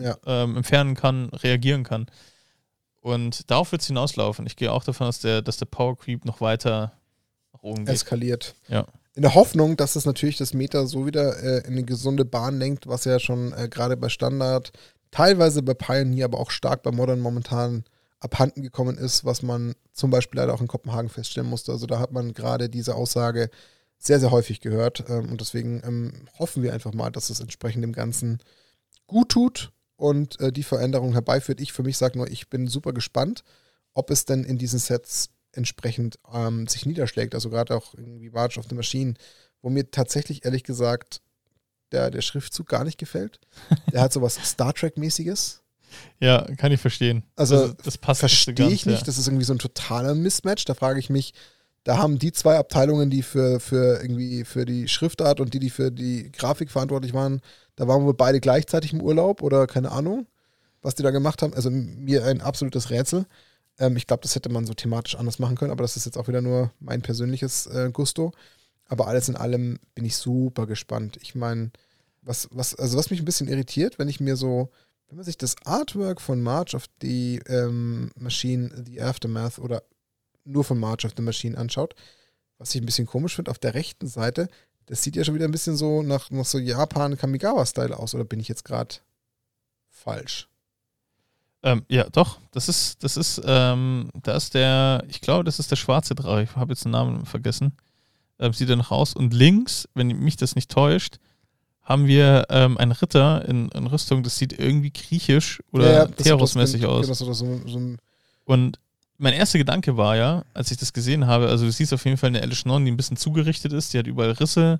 S2: kann, reagieren kann. Und darauf wird es hinauslaufen. Ich gehe auch davon aus, dass der Power Creep noch weiter nach oben geht.
S1: Eskaliert.
S2: Ja.
S1: In der Hoffnung, dass es natürlich das Meta so wieder in eine gesunde Bahn lenkt, was ja schon gerade bei Standard, teilweise bei Pioneer, aber auch stark bei Modern momentan abhanden gekommen ist, was man zum Beispiel leider auch in Kopenhagen feststellen musste. Also da hat man gerade diese Aussage sehr, sehr häufig gehört. Und deswegen hoffen wir einfach mal, dass es entsprechend dem Ganzen gut tut und die Veränderung herbeiführt. Ich für mich sage nur, ich bin super gespannt, ob es denn in diesen Sets entsprechend sich niederschlägt. Also gerade auch irgendwie March of the Machine, wo mir tatsächlich ehrlich gesagt der Schriftzug gar nicht gefällt. Der hat sowas Star Trek-mäßiges.
S2: Ja, kann ich verstehen.
S1: Also
S2: das passt
S1: verstehe ich nicht. Ja. Das ist irgendwie so ein totaler Mismatch. Da frage ich mich, da haben die zwei Abteilungen, die für die Schriftart und die für die Grafik verantwortlich waren, da waren wohl beide gleichzeitig im Urlaub oder keine Ahnung, was die da gemacht haben. Also mir ein absolutes Rätsel. Ich glaube, das hätte man so thematisch anders machen können, aber das ist jetzt auch wieder nur mein persönliches Gusto. Aber alles in allem bin ich super gespannt. Ich meine, was mich ein bisschen irritiert, wenn man sich das Artwork von March of the Machine, The Aftermath oder nur von March of the Machine anschaut, was ich ein bisschen komisch finde, auf der rechten Seite, das sieht ja schon wieder ein bisschen so nach so Japan-Kamigawa-Style aus, oder bin ich jetzt gerade falsch?
S2: Ja, doch. Da ist ich glaube, das ist der schwarze Drache. Ich habe jetzt den Namen vergessen. Sieht er noch aus. Und links, wenn mich das nicht täuscht, haben wir einen Ritter in Rüstung, das sieht irgendwie griechisch oder Teros-mäßig aus. Und mein erster Gedanke war ja, als ich das gesehen habe, also du siehst auf jeden Fall eine Elesh Norn, die ein bisschen zugerichtet ist, die hat überall Risse,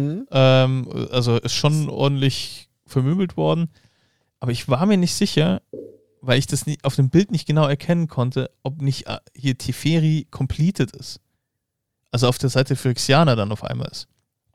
S2: also ist schon ordentlich vermöbelt worden. Aber ich war mir nicht sicher, weil ich das auf dem Bild nicht genau erkennen konnte, ob nicht hier Teferi completed ist. Also auf der Seite Phyrexianer dann auf einmal ist.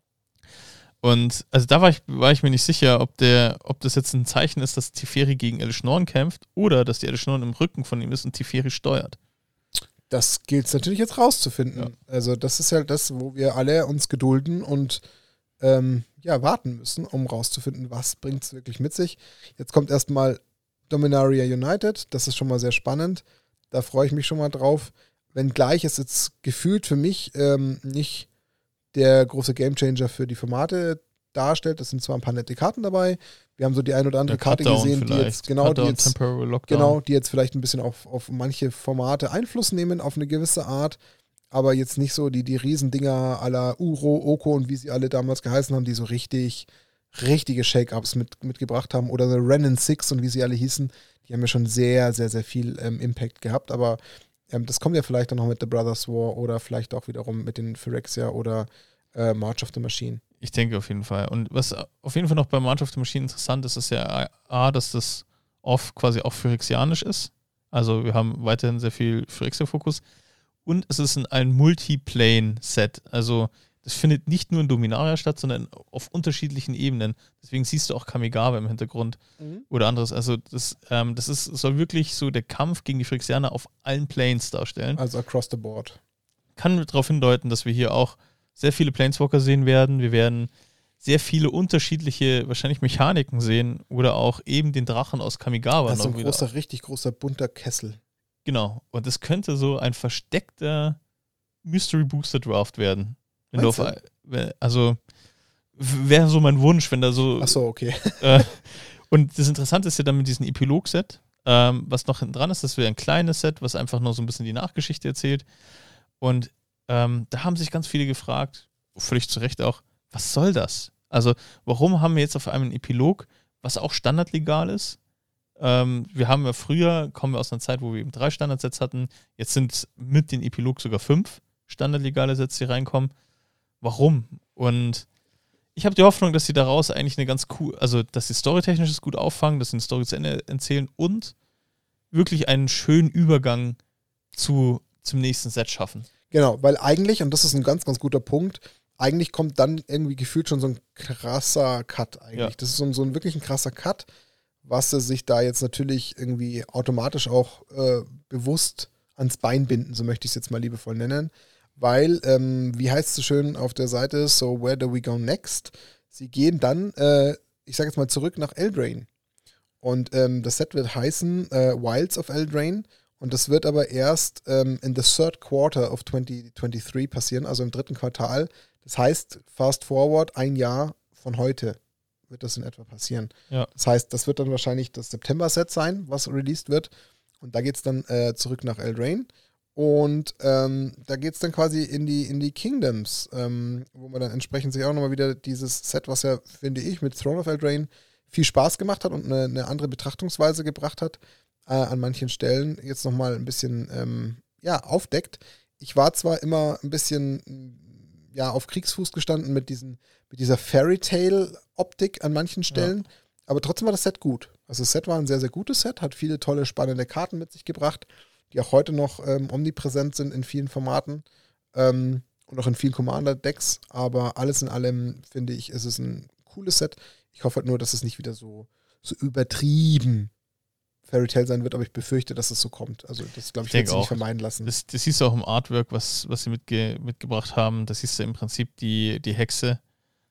S2: Und also da war ich mir nicht sicher, ob das jetzt ein Zeichen ist, dass Teferi gegen Elesh Norn kämpft oder dass die Elesh Norn im Rücken von ihm ist und Teferi steuert.
S1: Das gilt es natürlich jetzt rauszufinden. Ja. Also das ist halt das, wo wir alle uns gedulden und warten müssen, um rauszufinden, was bringt es wirklich mit sich. Jetzt kommt erstmal Dominaria United, das ist schon mal sehr spannend. Da freue ich mich schon mal drauf. Wenngleich es jetzt gefühlt für mich nicht der große Gamechanger für die Formate darstellt. Es sind zwar ein paar nette Karten dabei. Wir haben so die ein oder andere Karte gesehen, die jetzt vielleicht ein bisschen auf manche Formate Einfluss nehmen, auf eine gewisse Art, aber jetzt nicht so die Riesendinger à la Uro, Oko und wie sie alle damals geheißen haben, die so richtige Shake-Ups mitgebracht haben, oder The Renin 6 und wie sie alle hießen, die haben ja schon sehr, sehr, sehr viel Impact gehabt, aber das kommt ja vielleicht dann noch mit The Brothers War oder vielleicht auch wiederum mit den Phyrexia oder March of the Machine.
S2: Ich denke auf jeden Fall. Und was auf jeden Fall noch bei March of the Machine interessant ist, ist ja dass das quasi auch phyrexianisch ist. Also wir haben weiterhin sehr viel Phyrexia-Fokus. Und es ist ein Multiplane-Set. Also das findet nicht nur in Dominaria statt, sondern auf unterschiedlichen Ebenen. Deswegen siehst du auch Kamigawa im Hintergrund oder anderes. Also das soll wirklich so der Kampf gegen die Phyrexianer auf allen Planes darstellen.
S1: Also across the board.
S2: Kann darauf hindeuten, dass wir hier auch sehr viele Planeswalker sehen werden. Wir werden sehr viele unterschiedliche, wahrscheinlich Mechaniken sehen oder auch eben den Drachen aus Kamigawa.
S1: Das ist ein richtig großer, bunter Kessel.
S2: Genau. Und das könnte so ein versteckter Mystery Booster Draft werden. Also wäre so mein Wunsch, wenn da so.
S1: Ach so, okay.
S2: Und das Interessante ist ja dann mit diesem Epilog-Set, was noch hinten dran ist, das wäre ein kleines Set, was einfach nur so ein bisschen die Nachgeschichte erzählt. Und da haben sich ganz viele gefragt, völlig zu Recht auch, was soll das? Also warum haben wir jetzt auf einmal einen Epilog, was auch standardlegal ist? Wir haben ja früher, kommen wir aus einer Zeit, wo wir eben 3 Standardsets hatten, jetzt sind mit den Epilog sogar 5 standardlegale Sets, die reinkommen. Warum? Und ich habe die Hoffnung, dass sie daraus eigentlich eine ganz cool, also dass sie storytechnisches gut auffangen, dass sie eine Story zu Ende erzählen und wirklich einen schönen Übergang zum nächsten Set schaffen.
S1: Genau, weil eigentlich, und das ist ein ganz, ganz guter Punkt, eigentlich kommt dann irgendwie gefühlt schon so ein krasser Cut eigentlich. Ja. Das ist so ein wirklich ein krasser Cut, was sie sich da jetzt natürlich irgendwie automatisch auch bewusst ans Bein binden, so möchte ich es jetzt mal liebevoll nennen. Weil, wie heißt es so schön auf der Seite, so where do we go next? Sie gehen dann, ich sage jetzt mal zurück nach Eldraine. Und das Set wird heißen Wilds of Eldraine. Und das wird aber erst in the third quarter of 2023 passieren, also im 3. Quartal. Das heißt, fast forward, ein Jahr von heute wird das in etwa passieren.
S2: Ja.
S1: Das heißt, das wird dann wahrscheinlich das September-Set sein, was released wird. Und da geht es dann zurück nach Eldraine. Und da geht es dann quasi in die Kingdoms, wo man dann entsprechend sich auch nochmal wieder dieses Set, was ja, finde ich, mit Throne of Eldraine viel Spaß gemacht hat und eine andere Betrachtungsweise gebracht hat, an manchen Stellen jetzt nochmal ein bisschen aufdeckt. Ich war zwar immer ein bisschen auf Kriegsfuß gestanden mit dieser Fairy-Tale-Optik an manchen Stellen, aber trotzdem war das Set gut. Also das Set war ein sehr, sehr gutes Set, hat viele tolle, spannende Karten mit sich gebracht, die auch heute noch omnipräsent sind in vielen Formaten und auch in vielen Commander-Decks, aber alles in allem, finde ich, ist es ein cooles Set. Ich hoffe halt nur, dass es nicht wieder so übertrieben Fairy Tail sein wird, aber ich befürchte, dass es so kommt. Also das, glaube ich, wird sich nicht vermeiden lassen.
S2: Das siehst du auch im Artwork, was sie mitgebracht haben. Das siehst du im Prinzip die Hexe,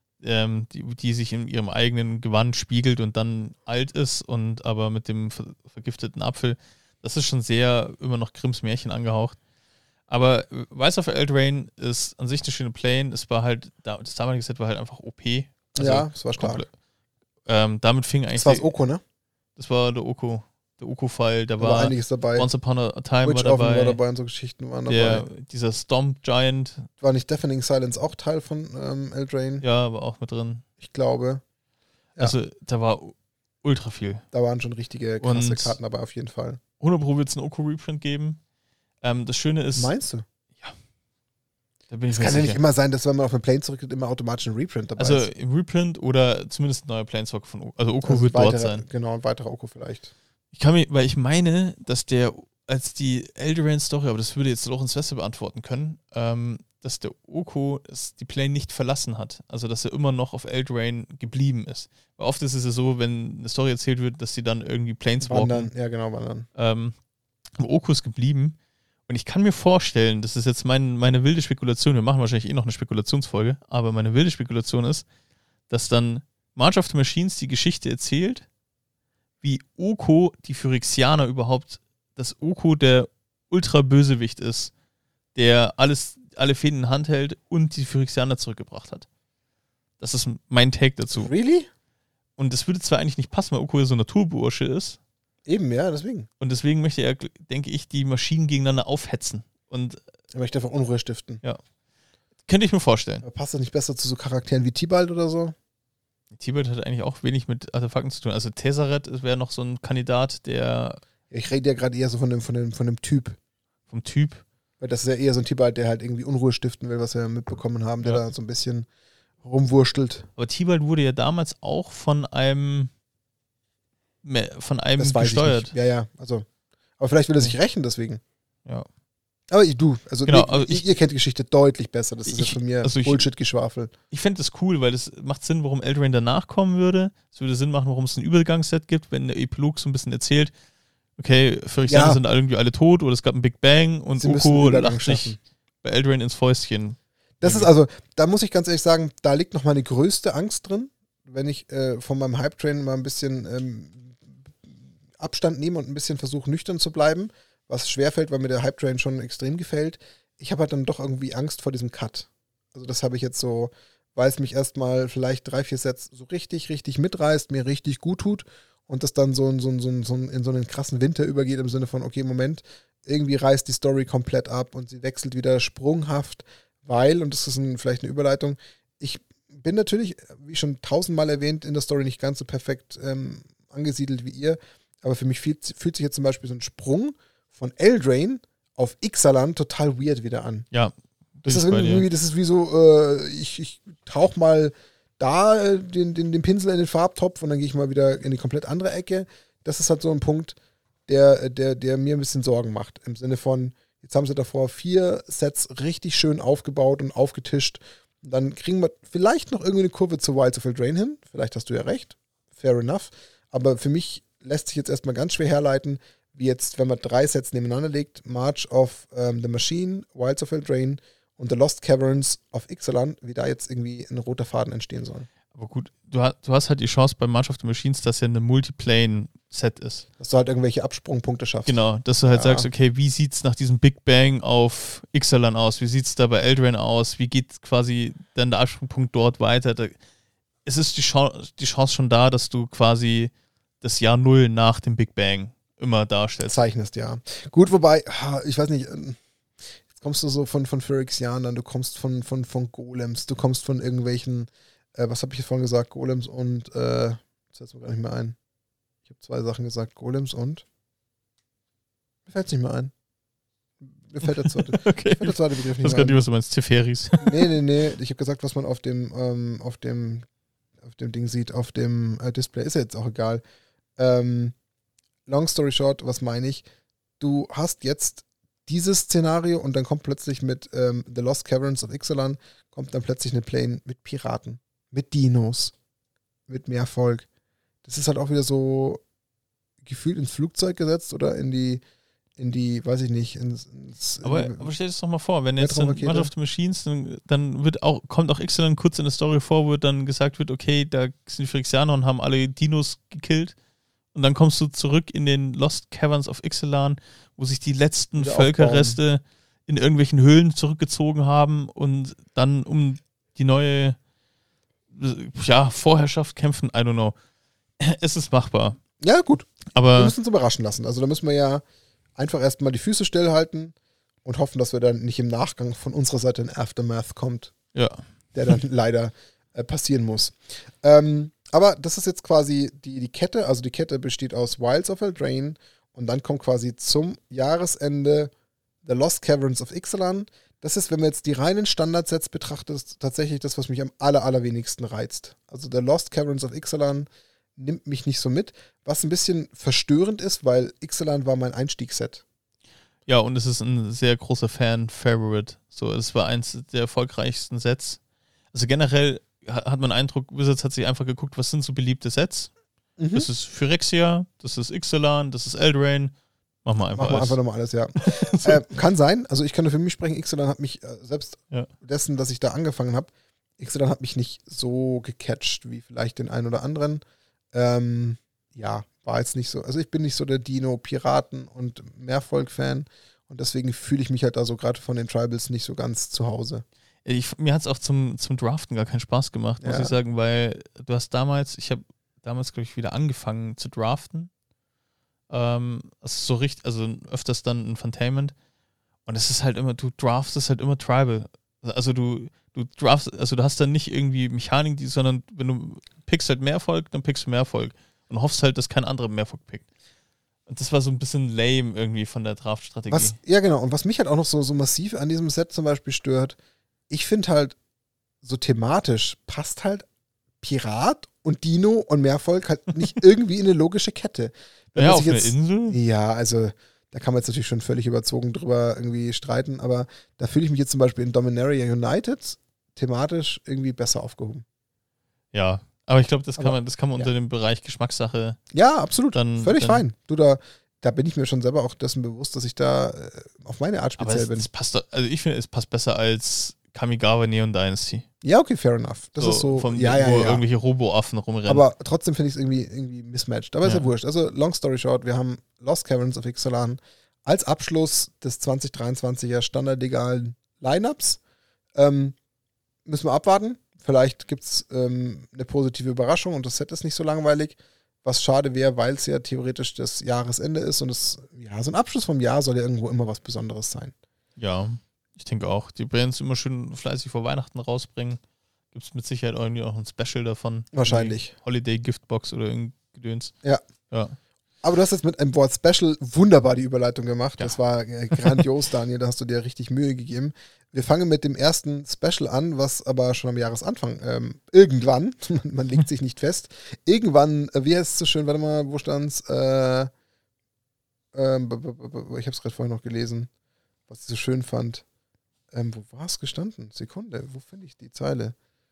S2: die sich in ihrem eigenen Gewand spiegelt und dann alt ist und aber mit dem vergifteten Apfel. Das ist schon sehr immer noch Grimms Märchen angehaucht. Aber Wilds of Eldraine ist an sich eine schöne Plane. Es war halt, das damalige Set war halt einfach OP.
S1: Also ja, es war stark.
S2: Damit fing eigentlich.
S1: Das war das Oko, ne?
S2: Das war der Oko-File. Da
S1: war einiges dabei.
S2: Once Upon a Time
S1: Witch
S2: war
S1: dabei und so Geschichten waren dabei.
S2: Dieser Stomp Giant.
S1: War nicht Deafening Silence auch Teil von Eldraine?
S2: Ja, war auch mit drin.
S1: Ich glaube.
S2: Ja. Also da war ultra viel.
S1: Da waren schon richtige krasse Karten dabei auf jeden Fall.
S2: 100% wird es einen Oko-Reprint geben. Das Schöne ist...
S1: Meinst du?
S2: Ja. Da bin ich
S1: Es kann ja nicht immer sein, dass wenn man auf eine Plane zurückgeht, immer automatisch ein Reprint dabei ist.
S2: Also im Reprint oder zumindest ein neuer Planeswalker von Oko. Also Oko wird dort sein.
S1: Genau, ein weiterer Oko vielleicht.
S2: Weil ich meine, dass als die Eldraine-Story, aber das würde jetzt auch ins Feste beantworten können, dass der Oko die Plane nicht verlassen hat. Also, dass er immer noch auf Eldraine geblieben ist. Weil oft ist es ja so, wenn eine Story erzählt wird, dass sie dann irgendwie Planeswalken.
S1: Wandern, ja genau, wandern.
S2: Oko ist geblieben. Und ich kann mir vorstellen, das ist jetzt meine wilde Spekulation, wir machen wahrscheinlich noch eine Spekulationsfolge, aber meine wilde Spekulation ist, dass dann March of the Machines die Geschichte erzählt, wie Oko die Phyrexianer überhaupt, dass Oko der Ultra-Bösewicht ist, der alle Fäden in Hand hält und die Phyrexianer zurückgebracht hat. Das ist mein Take dazu.
S1: Really?
S2: Und das würde zwar eigentlich nicht passen, weil Oko ja so ein Naturbursche ist.
S1: Eben, ja, deswegen.
S2: Und deswegen möchte er, denke ich, die Maschinen gegeneinander aufhetzen. Und
S1: er möchte einfach Unruhe stiften.
S2: Ja. Könnte ich mir vorstellen.
S1: Aber passt das nicht besser zu so Charakteren wie Tibalt oder so?
S2: Tibalt hat eigentlich auch wenig mit Artefakten zu tun. Also Tezzeret wäre noch so ein Kandidat, der...
S1: Ich rede ja gerade eher so von dem Typ.
S2: Vom Typ?
S1: Weil das ist ja eher so ein Tibalt, der halt irgendwie Unruhe stiften will, was wir mitbekommen haben, der da so ein bisschen rumwurstelt.
S2: Aber Tibalt wurde ja damals auch von einem
S1: das weiß
S2: gesteuert.
S1: Ich nicht. Ja, also. Aber vielleicht will er sich rächen deswegen.
S2: Ja.
S1: Aber
S2: genau,
S1: ihr kennt die Geschichte deutlich besser. Das ist ja von mir Bullshit-Geschwafel.
S2: Ich fände das cool, weil das macht Sinn, warum Eldraine danach kommen würde. Es würde Sinn machen, warum es ein Übergangsset gibt, wenn der Epilog so ein bisschen erzählt, okay, Phyrexianer sind irgendwie alle tot oder es gab einen Big Bang und Oko lacht sich bei Eldraine ins Fäustchen.
S1: Das ist also, da muss ich ganz ehrlich sagen, da liegt noch meine größte Angst drin, wenn ich von meinem Hype-Train mal ein bisschen Abstand nehme und ein bisschen versuche, nüchtern zu bleiben, was schwerfällt, weil mir der Hype-Train schon extrem gefällt. Ich habe halt dann doch irgendwie Angst vor diesem Cut. Also das habe ich jetzt so, weil es mich erstmal vielleicht 3-4 Sets so richtig, richtig mitreißt, mir richtig gut tut und das dann so in so einen krassen Winter übergeht im Sinne von, okay, Moment, irgendwie reißt die Story komplett ab und sie wechselt wieder sprunghaft, weil, und das ist vielleicht eine Überleitung, ich bin natürlich, wie schon 1000-mal erwähnt, in der Story nicht ganz so perfekt angesiedelt wie ihr, aber für mich fühlt sich jetzt zum Beispiel so ein Sprung von Eldraine auf Ixalan total weird wieder an.
S2: Ja.
S1: Das ist wie so, ich tauch mal da den Pinsel in den Farbtopf und dann gehe ich mal wieder in die komplett andere Ecke. Das ist halt so ein Punkt, der mir ein bisschen Sorgen macht. Im Sinne von, jetzt haben sie davor 4 Sets richtig schön aufgebaut und aufgetischt. Und dann kriegen wir vielleicht noch irgendwie eine Kurve zu Wilds of Eldraine hin. Vielleicht hast du ja recht. Fair enough. Aber für mich lässt sich jetzt erstmal ganz schwer herleiten, wie jetzt, wenn man 3 Sets nebeneinander legt, March of the Machine, Wilds of Eldraine und The Lost Caverns of Ixalan, wie da jetzt irgendwie ein roter Faden entstehen soll.
S2: Aber gut, du hast halt die Chance bei March of the Machines, dass ja eine Multiplane-Set ist.
S1: Dass du halt irgendwelche Absprungpunkte schaffst.
S2: Genau, dass du halt sagst, okay, wie sieht's nach diesem Big Bang auf Ixalan aus? Wie sieht's da bei Eldraine aus? Wie geht quasi dann der Absprungpunkt dort weiter? Es ist die Chance schon da, dass du quasi das Jahr 0 nach dem Big Bang immer darstellst.
S1: Zeichnest, ja. Gut, wobei, ich weiß nicht, jetzt kommst du so von Phyrexianern, du kommst von Golems, du kommst von irgendwelchen, was habe ich jetzt vorhin gesagt, Golems und, das fällt mir gar nicht mehr ein. Ich habe 2 Sachen gesagt, Golems und, mir fällt es nicht mehr ein. Mir fällt der zweite,
S2: okay.
S1: Begriff nicht mehr ein.
S2: Ich weiß gar nicht, was du meinst, Teferis.
S1: Nee, ich habe gesagt, was man auf dem Ding sieht, auf dem Display, ist ja jetzt auch egal. Long story short, was meine ich? Du hast jetzt dieses Szenario und dann kommt plötzlich mit The Lost Caverns of Ixalan kommt dann plötzlich eine Plane mit Piraten, mit Dinos, mit Meervolk. Das ist halt auch wieder so gefühlt ins Flugzeug gesetzt oder in die weiß ich nicht,
S2: aber stell dir das doch mal vor, wenn jetzt March of the Machines, dann kommt auch Ixalan kurz in der Story vor, wo dann gesagt wird, okay, da sind die Phyrexianer und haben alle Dinos gekillt. Und dann kommst du zurück in den Lost Caverns of Ixalan, wo sich die letzten Völkerreste in irgendwelchen Höhlen zurückgezogen haben und dann um die neue Vorherrschaft kämpfen. I don't know. Es ist machbar.
S1: Ja, gut.
S2: Aber
S1: wir müssen uns überraschen lassen. Also da müssen wir ja einfach erstmal die Füße stillhalten und hoffen, dass wir dann nicht im Nachgang von unserer Seite ein Aftermath kommt.
S2: Ja.
S1: Der dann leider passieren muss. Aber das ist jetzt quasi die Kette. Also die Kette besteht aus Wilds of Eldraine und dann kommt quasi zum Jahresende The Lost Caverns of Ixalan. Das ist, wenn man jetzt die reinen Standardsets betrachtet, tatsächlich das, was mich am allerwenigsten reizt. Also The Lost Caverns of Ixalan nimmt mich nicht so mit, was ein bisschen verstörend ist, weil Ixalan war mein Einstiegsset.
S2: Ja, und es ist ein sehr großer Fan-Favorite. So, es war eins der erfolgreichsten Sets. Also generell hat man den Eindruck, Wizards hat sich einfach geguckt, was sind so beliebte Sets. Mhm. Das ist Phyrexia, das ist Ixalan, das ist Eldraine. Machen wir einfach
S1: nochmal alles, ja. Kann sein, also ich kann nur für mich sprechen, Ixalan hat mich, selbst dessen, dass ich da angefangen habe, Ixalan hat mich nicht so gecatcht wie vielleicht den einen oder anderen. War jetzt nicht so, also ich bin nicht so der Dino-Piraten- und Meervolk-Fan und deswegen fühle ich mich halt da so gerade von den Tribals nicht so ganz zu Hause.
S2: Mir hat es auch zum Draften gar keinen Spaß gemacht, muss ich sagen, weil du hast ich habe damals, glaube ich, wieder angefangen zu draften. So richtig, also öfters dann ein Fantainment. Und es ist halt immer, du draftest halt immer Tribal. Also du draftest, also du hast dann nicht irgendwie Mechanik, sondern wenn du pickst halt Meervolk, dann pickst du Meervolk. Und hoffst halt, dass kein anderer Meervolk pickt. Und das war so ein bisschen lame irgendwie von der Draft-Strategie.
S1: Ja, genau. Und was mich halt auch noch so massiv an diesem Set zum Beispiel stört, ich finde halt, so thematisch passt halt Pirat und Dino und Meervolk halt nicht irgendwie in eine logische Kette.
S2: Ja, auf einer Insel?
S1: Ja, also da kann man jetzt natürlich schon völlig überzogen drüber irgendwie streiten, aber da fühle ich mich jetzt zum Beispiel in Dominaria United thematisch irgendwie besser aufgehoben.
S2: Ja, aber ich glaube, das kann man unter dem Bereich Geschmackssache.
S1: Ja, absolut. Völlig fein. Da bin ich mir schon selber auch dessen bewusst, dass ich da auf meine Art speziell bin.
S2: Das passt, also ich finde, es passt besser als Kamigawa Neon Dynasty.
S1: Ja, okay, fair enough. Das ist so,
S2: wo irgendwelche Robo-Affen rumrennen.
S1: Aber trotzdem finde ich es irgendwie mismatched. Aber ist ja wurscht. Also, long story short, wir haben Lost Caverns of Ixalan als Abschluss des 2023er standardlegalen Lineups. Müssen wir abwarten. Vielleicht gibt es eine positive Überraschung und das Set ist nicht so langweilig. was schade wäre, weil es ja theoretisch das Jahresende ist und so ein Abschluss vom Jahr soll ja irgendwo immer was Besonderes sein.
S2: Ja, ich denke auch. Die Bands immer schön fleißig vor Weihnachten rausbringen. Gibt es mit Sicherheit irgendwie auch ein Special davon.
S1: Wahrscheinlich.
S2: Holiday Giftbox oder irgendein Gedöns.
S1: Ja. Aber du hast jetzt mit einem Wort Special wunderbar die Überleitung gemacht. Ja. Das war grandios, Daniel. Da hast du dir richtig Mühe gegeben. Wir fangen mit dem ersten Special an, was aber schon am Jahresanfang irgendwann, man legt sich nicht fest, irgendwann, wie heißt es so schön, warte mal, wo stand's? Ich habe es gerade vorhin noch gelesen, was ich so schön fand. Wo war es gestanden? Sekunde, wo finde ich die Zeile?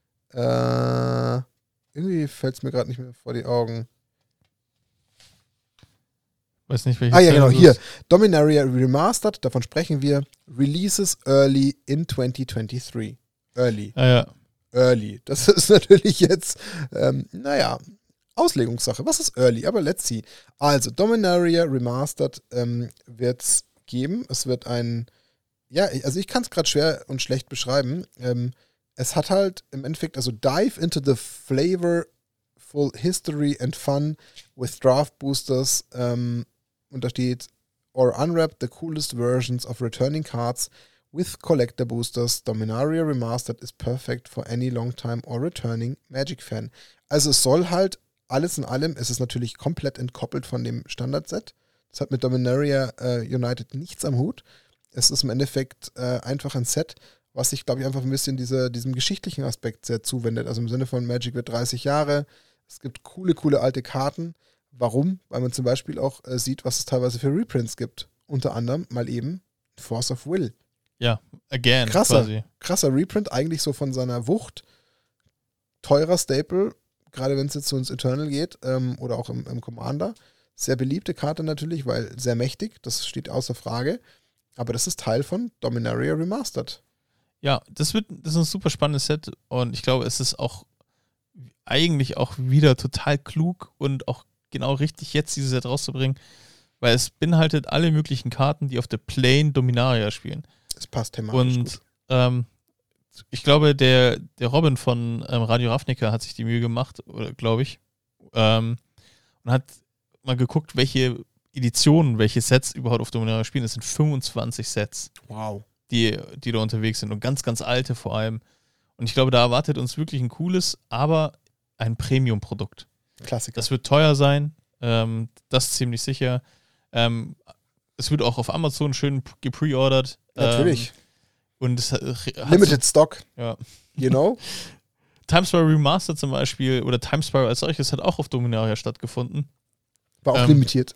S1: Irgendwie fällt es mir gerade nicht mehr vor die Augen.
S2: Weiß nicht, welche
S1: ja, genau, hier. Dominaria Remastered, davon sprechen wir. Releases early in 2023. Early.
S2: Ja.
S1: Early. Das ist natürlich jetzt, Auslegungssache. Was ist early? Aber let's see. Also, Dominaria Remastered wird es geben. Es wird also ich kann es gerade schwer und schlecht beschreiben. Es hat halt im Endeffekt, also dive into the flavorful history and fun with draft boosters, und da steht, or unwrap the coolest versions of returning cards with collector boosters. Dominaria Remastered is perfect for any long-time or returning Magic-Fan. Also es soll halt, alles in allem, es ist natürlich komplett entkoppelt von dem Standard-Set. Das hat mit Dominaria United nichts am Hut. Es ist im Endeffekt einfach ein Set, was sich, glaube ich, einfach ein bisschen diesem geschichtlichen Aspekt sehr zuwendet. Also im Sinne von Magic wird 30 Jahre, es gibt coole alte Karten. Warum? Weil man zum Beispiel auch sieht, was es teilweise für Reprints gibt. Unter anderem mal eben Force of Will.
S2: Ja, again. Quasi.
S1: Krasser Reprint, eigentlich so von seiner Wucht. Teurer Staple, gerade wenn es jetzt so ins Eternal geht oder auch im Commander. Sehr beliebte Karte natürlich, weil sehr mächtig, das steht außer Frage. Aber das ist Teil von Dominaria Remastered.
S2: Ja, das ist ein super spannendes Set und ich glaube, es ist auch eigentlich auch wieder total klug und auch genau richtig, jetzt dieses Set rauszubringen, weil es beinhaltet alle möglichen Karten, die auf der Plane Dominaria spielen.
S1: Das passt thematisch gut.
S2: Und ich glaube, der Robin von Radio Ravnica hat sich die Mühe gemacht, glaube ich, und hat mal geguckt, welche Editionen, welche Sets überhaupt auf Dominaria spielen. Das sind 25 Sets.
S1: Wow.
S2: Die da unterwegs sind und ganz, ganz alte vor allem. Und ich glaube, da erwartet uns wirklich ein cooles, aber ein Premium-Produkt.
S1: Klassiker.
S2: Das wird teuer sein, das ist ziemlich sicher. Es wird auch auf Amazon schön gepreordert.
S1: Natürlich.
S2: Und es hat
S1: Limited Stock.
S2: Ja.
S1: You know?
S2: Time Spiral Remastered zum Beispiel oder Time Spiral als solches hat auch auf Dominaria stattgefunden.
S1: War auch limitiert.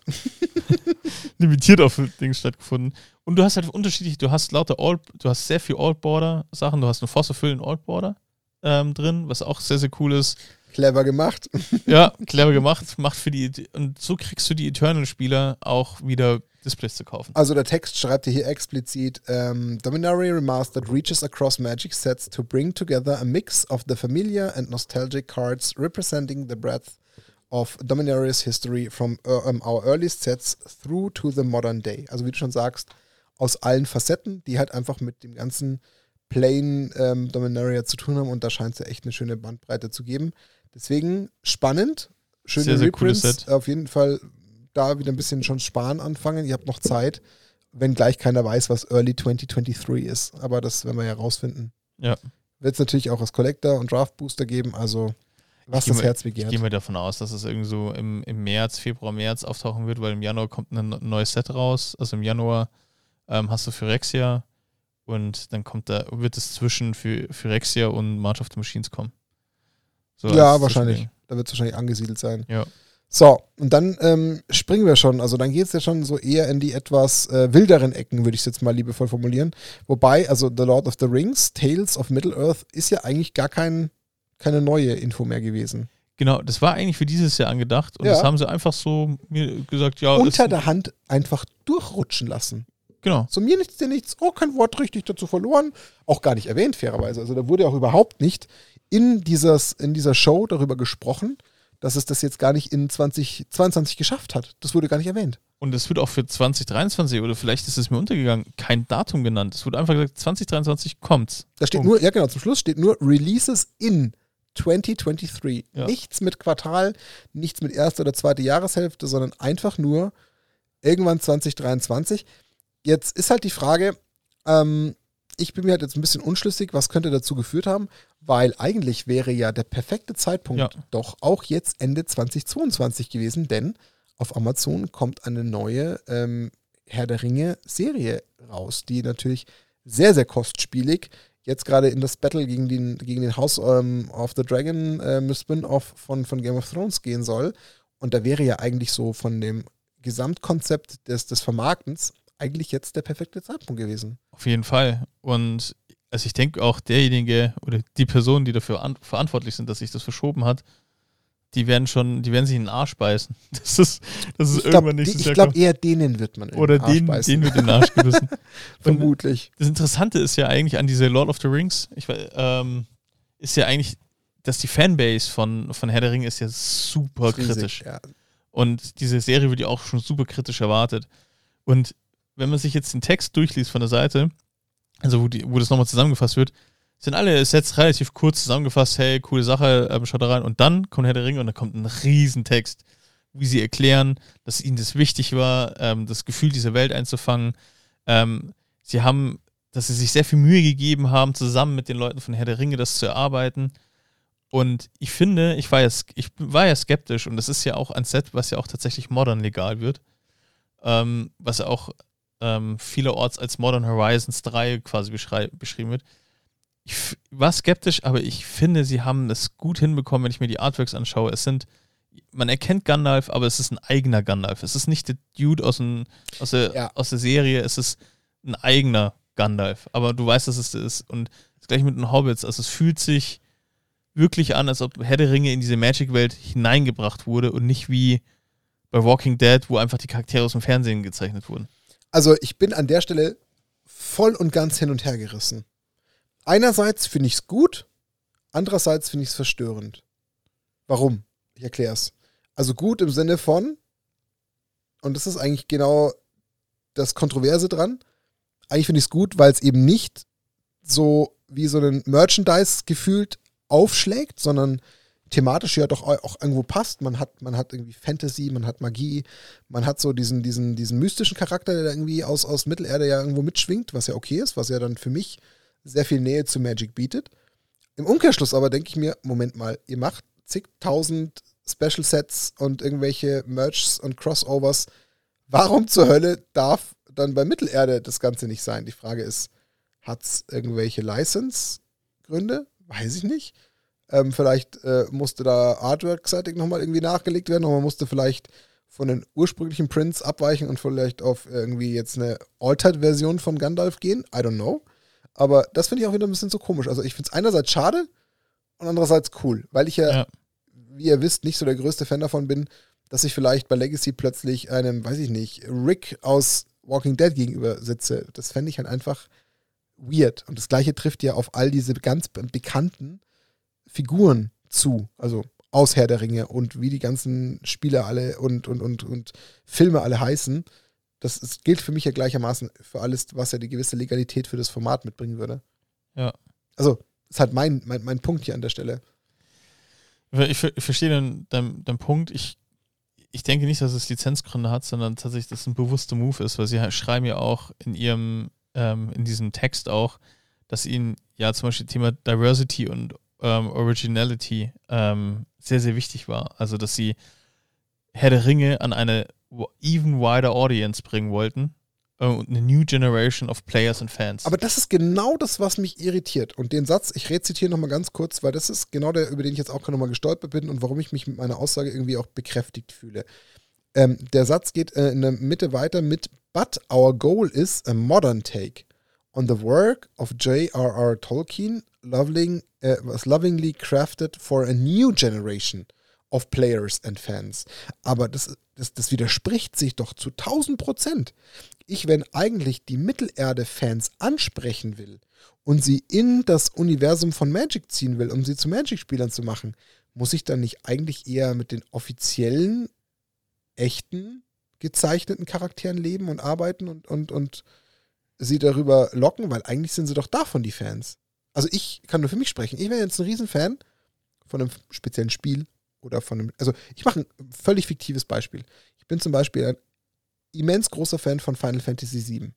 S2: Limitiert auf Dings stattgefunden. Und du hast halt unterschiedlich, du hast sehr viel Alt-Border-Sachen, du hast eine Force of Will in Alt-Border drin, was auch sehr, sehr cool ist.
S1: Clever gemacht.
S2: Ja, clever gemacht. Und so kriegst du die Eternal-Spieler auch wieder Displays zu kaufen.
S1: Also der Text schreibt hier explizit, Dominaria Remastered reaches across Magic sets to bring together a mix of the familiar and nostalgic cards representing the breadth of Dominaria's history from our earliest sets through to the modern day. Also wie du schon sagst, aus allen Facetten, die halt einfach mit dem ganzen Plane Dominaria zu tun haben und da scheint es ja echt eine schöne Bandbreite zu geben. Deswegen spannend, schöne
S2: sehr, sehr
S1: Reprints,
S2: cooles Set.
S1: Auf jeden Fall da wieder ein bisschen schon sparen anfangen. Ihr habt noch Zeit, wenn gleich keiner weiß, was Early 2023 ist. Aber das werden wir ja rausfinden.
S2: Ja.
S1: Wird es natürlich auch als Collector und Draft Booster geben, also was das Herz begehrt.
S2: Ich gehe mal davon aus, dass es irgendwie so im Februar, März auftauchen wird, weil im Januar kommt ein neues Set raus. Also im Januar hast du Phyrexia und dann wird es zwischen Phyrexia und March of the Machines kommen. So,
S1: ja, wahrscheinlich. Da wird es wahrscheinlich angesiedelt sein.
S2: Ja.
S1: So, und dann springen wir schon. Also dann geht es ja schon so eher in die etwas wilderen Ecken, würde ich es jetzt mal liebevoll formulieren. Wobei, also The Lord of the Rings, Tales of Middle-earth, ist ja eigentlich gar keine neue Info mehr gewesen.
S2: Genau, das war eigentlich für dieses Jahr angedacht und das haben sie einfach so mir gesagt, ja.
S1: Unter der Hand einfach durchrutschen lassen.
S2: Genau.
S1: So mir nichts, dir nichts, kein Wort richtig dazu verloren. Auch gar nicht erwähnt, fairerweise. Also da wurde auch überhaupt nicht in dieser Show darüber gesprochen, dass es das jetzt gar nicht in 2022 geschafft hat. Das wurde gar nicht erwähnt.
S2: Und es wird auch für 2023, oder vielleicht ist es mir untergegangen, kein Datum genannt. Es wurde einfach gesagt, 2023 kommt's.
S1: Da steht nur, ja genau, zum Schluss steht nur Releases in 2023.
S2: Ja.
S1: Nichts mit Quartal, nichts mit erste oder zweite Jahreshälfte, sondern einfach nur irgendwann 2023. Jetzt ist halt die Frage, ich bin mir halt jetzt ein bisschen unschlüssig, was könnte dazu geführt haben, weil eigentlich wäre ja der perfekte Zeitpunkt doch auch jetzt Ende 2022 gewesen, denn auf Amazon kommt eine neue Herr der Ringe-Serie raus, die natürlich sehr, sehr kostspielig jetzt gerade in das Battle gegen den House of the Dragon Spin-Off von Game of Thrones gehen soll. Und da wäre ja eigentlich so von dem Gesamtkonzept des Vermarktens eigentlich jetzt der perfekte Zeitpunkt gewesen.
S2: Auf jeden Fall. Und also ich denke auch derjenige oder die Personen, die dafür verantwortlich sind, dass sich das verschoben hat, die werden sich in den Arsch beißen. Das ist irgendwann nächstes Jahr.
S1: Ich glaube eher denen wird man in den Arsch beißen.
S2: Denen wird in den Arsch gebissen.
S1: Vermutlich.
S2: Das Interessante ist ja eigentlich an diese Lord of the Rings, ist ja eigentlich, dass die Fanbase von Herr der Ringe ist ja super kritisch. Ja. Und diese Serie wird ja auch schon super kritisch erwartet. Und wenn man sich jetzt den Text durchliest von der Seite, also wo das nochmal zusammengefasst wird, sind alle Sets relativ kurz zusammengefasst, hey, coole Sache, schaut da rein. Und dann kommt Herr der Ringe und dann kommt ein Riesentext, wie sie erklären, dass ihnen das wichtig war, das Gefühl dieser Welt einzufangen. Dass sie sich sehr viel Mühe gegeben haben, zusammen mit den Leuten von Herr der Ringe das zu erarbeiten. Und ich finde, ich war ja skeptisch und das ist ja auch ein Set, was ja auch tatsächlich modern legal wird. Was ja auch vielerorts als Modern Horizons 3 quasi beschrieben wird. Ich war skeptisch, aber ich finde, sie haben es gut hinbekommen, wenn ich mir die Artworks anschaue. Man erkennt Gandalf, aber es ist ein eigener Gandalf. Es ist nicht der Dude aus der Serie, es ist ein eigener Gandalf. Aber du weißt, dass es das ist. Und das gleiche mit den Hobbits. Also es fühlt sich wirklich an, als ob Herr der Ringe in diese Magic-Welt hineingebracht wurde und nicht wie bei Walking Dead, wo einfach die Charaktere aus dem Fernsehen gezeichnet wurden.
S1: Also ich bin an der Stelle voll und ganz hin und her gerissen. Einerseits finde ich es gut, andererseits finde ich es verstörend. Warum? Ich erkläre es. Also gut im Sinne von, und das ist eigentlich genau das Kontroverse dran, eigentlich finde ich es gut, weil es eben nicht so wie so ein Merchandise gefühlt aufschlägt, sondern thematisch ja doch auch irgendwo passt. Man hat irgendwie Fantasy, man hat Magie, man hat so diesen mystischen Charakter, der da irgendwie aus Mittelerde ja irgendwo mitschwingt, was ja okay ist, was ja dann für mich sehr viel Nähe zu Magic bietet. Im Umkehrschluss aber denke ich mir, Moment mal, ihr macht zigtausend Special Sets und irgendwelche Merchs und Crossovers. Warum zur Hölle darf dann bei Mittelerde das Ganze nicht sein? Die Frage ist, hat es irgendwelche License-Gründe? Weiß ich nicht. Vielleicht musste da artwork-seitig nochmal irgendwie nachgelegt werden und man musste vielleicht von den ursprünglichen Prints abweichen und vielleicht auf irgendwie jetzt eine Altered-Version von Gandalf gehen. I don't know. Aber das finde ich auch wieder ein bisschen so komisch. Also ich finde es einerseits schade und andererseits cool, weil ich ja, wie ihr wisst, nicht so der größte Fan davon bin, dass ich vielleicht bei Legacy plötzlich einem, weiß ich nicht, Rick aus Walking Dead gegenüber sitze. Das fände ich halt einfach weird. Und das Gleiche trifft ja auf all diese ganz bekannten Figuren zu. Also aus Herr der Ringe und wie die ganzen Spiele alle und Filme alle heißen. Das gilt für mich ja gleichermaßen für alles, was ja die gewisse Legalität für das Format mitbringen würde.
S2: Ja.
S1: Also, das ist halt mein Punkt hier an der Stelle.
S2: Ich verstehe deinen Punkt. Ich denke nicht, dass es Lizenzgründe hat, sondern tatsächlich, dass es ein bewusster Move ist, weil sie schreiben ja auch in diesem Text auch, dass ihnen ja zum Beispiel Thema Diversity und Originality sehr, sehr wichtig war. Also, dass sie Herr der Ringe an eine even wider Audience bringen wollten und eine New Generation of Players and Fans.
S1: Aber das ist genau das, was mich irritiert. Und den Satz, ich rezitiere nochmal ganz kurz, weil das ist genau der, über den ich jetzt auch gerade nochmal gestolpert bin und warum ich mich mit meiner Aussage irgendwie auch bekräftigt fühle. Der Satz geht in der Mitte weiter mit "But our goal is a modern take on the work of J.R.R. Tolkien, was lovingly crafted for a new generation of players and fans." Aber das widerspricht sich doch zu 1000%. Wenn eigentlich die Mittelerde-Fans ansprechen will und sie in das Universum von Magic ziehen will, um sie zu Magic-Spielern zu machen, muss ich dann nicht eigentlich eher mit den offiziellen, echten, gezeichneten Charakteren leben und arbeiten und sie darüber locken? Weil eigentlich sind sie doch davon die Fans. Also ich kann nur für mich sprechen. Ich wäre jetzt ein Riesenfan von einem speziellen Spiel oder von einem, also ich mache ein völlig fiktives Beispiel. Ich bin zum Beispiel ein immens großer Fan von Final Fantasy VII.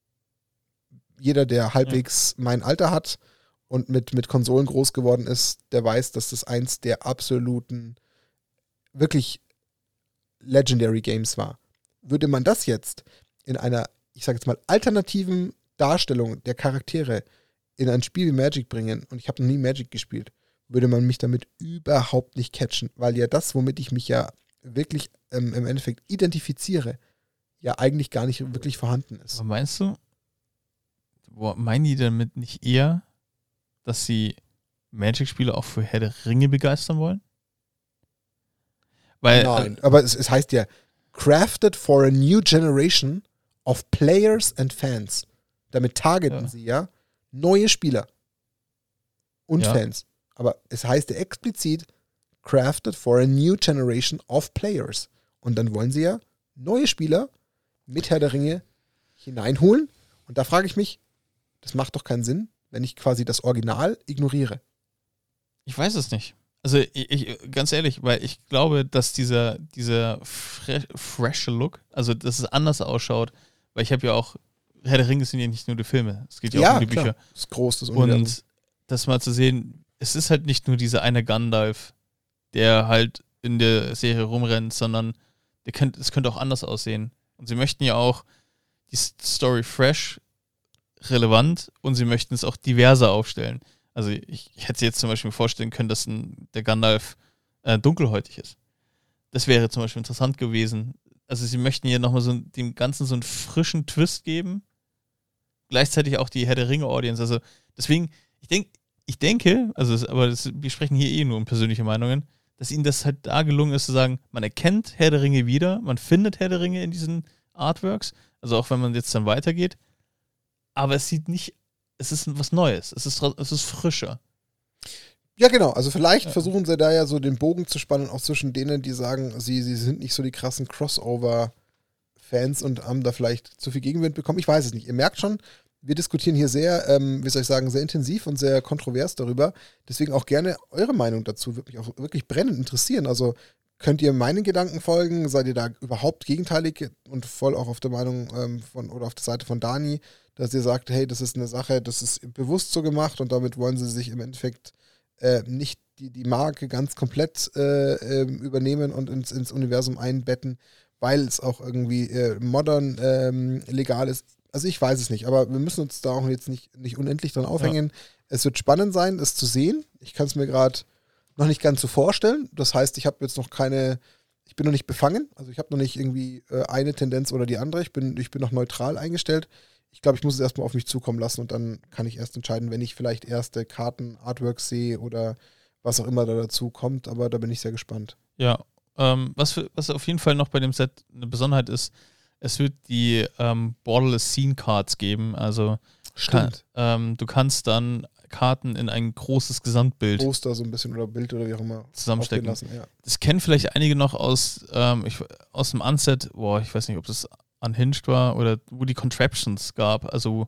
S1: Jeder, der halbwegs mein Alter hat und mit Konsolen groß geworden ist, der weiß, dass das eins der absoluten, wirklich Legendary Games war. Würde man das jetzt in einer, ich sage jetzt mal, alternativen Darstellung der Charaktere in ein Spiel wie Magic bringen, und ich habe noch nie Magic gespielt, würde man mich damit überhaupt nicht catchen, weil ja das, womit ich mich ja wirklich im Endeffekt identifiziere, ja eigentlich gar nicht wirklich vorhanden ist.
S2: Aber meinst du, meinen die damit nicht eher, dass sie Magic-Spieler auch für Herr der Ringe begeistern wollen? Weil,
S1: nein, aber es heißt ja, crafted for a new generation of players and fans. Damit targeten sie ja neue Spieler und Fans. Aber es heißt ja explizit, crafted for a new generation of players. Und dann wollen sie ja neue Spieler mit Herr der Ringe hineinholen. Und da frage ich mich, das macht doch keinen Sinn, wenn ich quasi das Original ignoriere.
S2: Ich weiß es nicht. Also ich ganz ehrlich, weil ich glaube, dass dieser freshe Look, also dass es anders ausschaut, weil ich habe ja auch, Herr der Ringe sind ja nicht nur die Filme, es geht ja auch um die
S1: klar.
S2: Bücher.
S1: Das ist groß, das Universum.
S2: Und das mal zu sehen, es ist halt nicht nur dieser eine Gandalf, der halt in der Serie rumrennt, sondern es könnte auch anders aussehen. Und sie möchten ja auch die Story fresh, relevant, und sie möchten es auch diverser aufstellen. Also ich hätte jetzt zum Beispiel vorstellen können, dass der Gandalf dunkelhäutig ist. Das wäre zum Beispiel interessant gewesen. Also sie möchten hier nochmal dem Ganzen so einen frischen Twist geben. Gleichzeitig auch die Herr der Ringe-Audience. Also deswegen, ich denke, wir sprechen hier eh nur um persönliche Meinungen, dass ihnen das halt da gelungen ist zu sagen, man erkennt Herr der Ringe wieder, man findet Herr der Ringe in diesen Artworks, also auch wenn man jetzt dann weitergeht, aber es ist was Neues, es ist frischer.
S1: Ja, genau, also vielleicht versuchen sie da ja so den Bogen zu spannen, auch zwischen denen, die sagen, sie sind nicht so die krassen Crossover-Fans und haben da vielleicht zu viel Gegenwind bekommen. Ich weiß es nicht. Ihr merkt schon, wir diskutieren hier sehr, sehr intensiv und sehr kontrovers darüber. Deswegen auch gerne eure Meinung dazu. Würde mich auch wirklich brennend interessieren. Also könnt ihr meinen Gedanken folgen? Seid ihr da überhaupt gegenteilig und voll auch auf der Meinung oder auf der Seite von Dani, dass ihr sagt, hey, das ist eine Sache, das ist bewusst so gemacht und damit wollen sie sich im Endeffekt nicht die Marke ganz komplett übernehmen und ins Universum einbetten, weil es auch irgendwie modern legal ist. Also ich weiß es nicht, aber wir müssen uns da auch jetzt nicht unendlich dran aufhängen. Ja. Es wird spannend sein, es zu sehen. Ich kann es mir gerade noch nicht ganz so vorstellen. Das heißt, ich habe jetzt noch ich bin noch nicht befangen. Also ich habe noch nicht irgendwie eine Tendenz oder die andere. Ich bin noch neutral eingestellt. Ich glaube, ich muss es erstmal auf mich zukommen lassen und dann kann ich erst entscheiden, wenn ich vielleicht erste Karten, Artworks sehe oder was auch immer da dazu kommt. Aber da bin ich sehr gespannt.
S2: Ja, was auf jeden Fall noch bei dem Set eine Besonderheit ist, es wird die Borderless Scene Cards geben. Also du kannst dann Karten in ein großes Gesamtbild
S1: Poster so ein bisschen oder Bild oder wie auch immer
S2: zusammenstecken.
S1: Lassen, ja.
S2: Das kennen vielleicht einige noch aus dem Unset, ich weiß nicht, ob das Unhinged war oder wo die Contraptions gab, also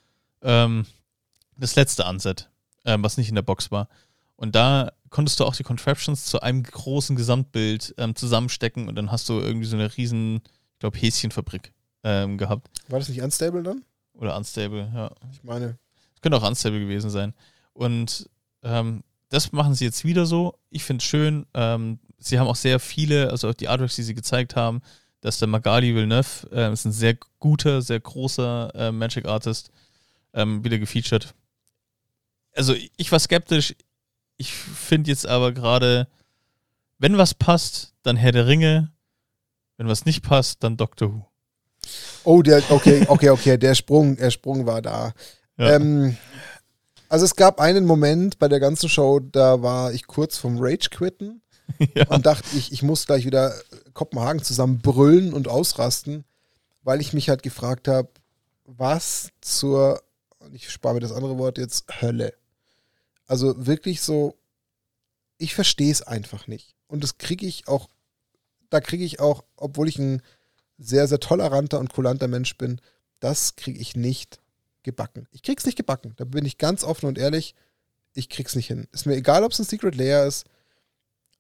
S2: das letzte Unset, was nicht in der Box war. Und da konntest du auch die Contraptions zu einem großen Gesamtbild zusammenstecken und dann hast du irgendwie so eine riesen, ich glaube, Häschenfabrik gehabt.
S1: War das nicht Unstable dann?
S2: Oder Unstable, ja.
S1: Ich meine.
S2: Es könnte auch Unstable gewesen sein. Und das machen sie jetzt wieder so. Ich finde es schön. Sie haben auch sehr viele, also auch die Artworks, die sie gezeigt haben, dass der Magali Villeneuve ist ein sehr guter, sehr großer Magic Artist, wieder gefeatured. Also ich war skeptisch. Ich finde jetzt aber gerade, wenn was passt, dann Herr der Ringe. Wenn was nicht passt, dann Doctor Who.
S1: Oh, okay, der Sprung war da. Ja. Also es gab einen Moment bei der ganzen Show, da war ich kurz vom Rage-Quitten und dachte, ich muss gleich wieder Kopenhagen zusammen brüllen und ausrasten, weil ich mich halt gefragt habe, was zur, ich spare mir das andere Wort jetzt, Hölle. Also wirklich so, ich verstehe es einfach nicht. Und das kriege ich auch, obwohl ich ein sehr, sehr toleranter und kulanter Mensch bin, das kriege ich nicht gebacken. Ich krieg's nicht gebacken. Da bin ich ganz offen und ehrlich, ich krieg's nicht hin. Ist mir egal, ob es ein Secret Lair ist,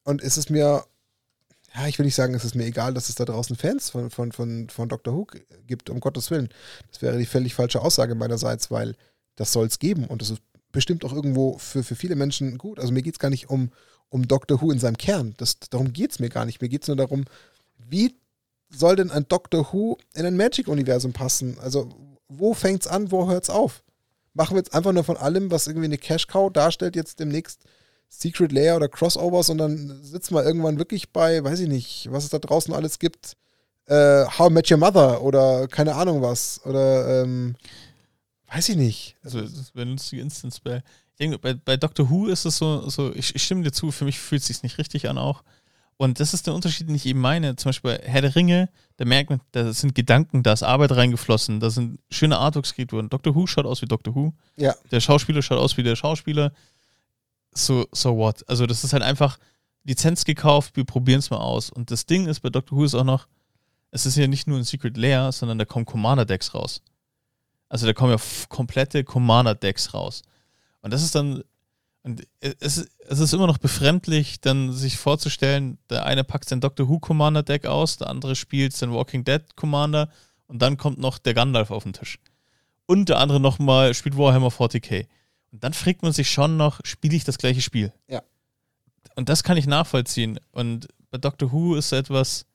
S1: Und es ist mir, ja, ich will nicht sagen, es ist mir egal, dass es da draußen Fans von Doctor Who gibt, um Gottes Willen. Das wäre die völlig falsche Aussage meinerseits, weil das soll es geben und das ist bestimmt auch irgendwo für viele Menschen gut. Also mir geht es gar nicht um Doctor Who in seinem Kern. Darum geht es mir gar nicht. Mir geht es nur darum, wie soll denn ein Doctor Who in ein Magic-Universum passen? Also wo fängt es an, wo hört es auf? Machen wir jetzt einfach nur von allem, was irgendwie eine Cash-Cow darstellt, jetzt demnächst Secret Lair oder Crossovers und dann sitzen wir irgendwann wirklich bei, weiß ich nicht, was es da draußen alles gibt, How I Met Your Mother oder keine Ahnung was oder weiß ich nicht.
S2: Also das wäre ein lustiger Instant-Spell. Ich denke, bei Doctor Who ist es so ich stimme dir zu, für mich fühlt es sich nicht richtig an auch. Und das ist der Unterschied, den ich eben meine. Zum Beispiel bei Herr der Ringe, da merkt man, da sind Gedanken, da ist Arbeit reingeflossen, da sind schöne Artworks gekriegt worden. Doctor Who schaut aus wie Doctor Who.
S1: Ja.
S2: Der Schauspieler schaut aus wie der Schauspieler. So what? Also das ist halt einfach Lizenz gekauft, wir probieren es mal aus. Und das Ding ist, bei Doctor Who ist auch noch, es ist ja nicht nur ein Secret Lair, sondern da kommen Commander-Decks raus. Also da kommen ja komplette Commander-Decks raus. Und das ist dann, und es ist immer noch befremdlich, dann sich vorzustellen, der eine packt sein Doctor Who Commander Deck aus, der andere spielt sein Walking Dead Commander und dann kommt noch der Gandalf auf den Tisch. Und der andere nochmal spielt Warhammer 40k. Und dann fragt man sich schon noch, spiele ich das gleiche Spiel?
S1: Ja.
S2: Und das kann ich nachvollziehen. Und bei Doctor Who ist etwas.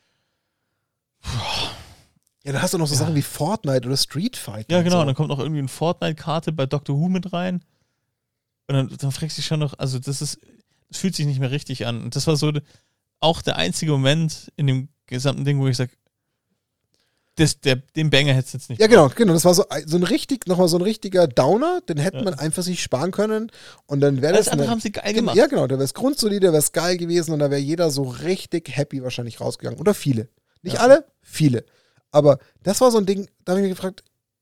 S1: Ja, da hast du noch so Sachen wie Fortnite oder Street Fighter.
S2: Ja, genau.
S1: So.
S2: Und dann kommt noch irgendwie eine Fortnite-Karte bei Doctor Who mit rein. Und dann fragst du dich schon noch, also das fühlt sich nicht mehr richtig an. Und das war so auch der einzige Moment in dem gesamten Ding, wo ich sage, den Banger hättest du jetzt nicht.
S1: Ja, genau. Das war so ein richtiger Downer, den hätte man einfach sich sparen können. Und dann wäre das.
S2: Alles andere haben sie geil gemacht.
S1: Ja, genau. Da wäre es grundsolide, wäre es geil gewesen und da wäre jeder so richtig happy wahrscheinlich rausgegangen. Oder viele. Nicht alle, viele. Aber das war so ein Ding, da habe ich mich gefragt,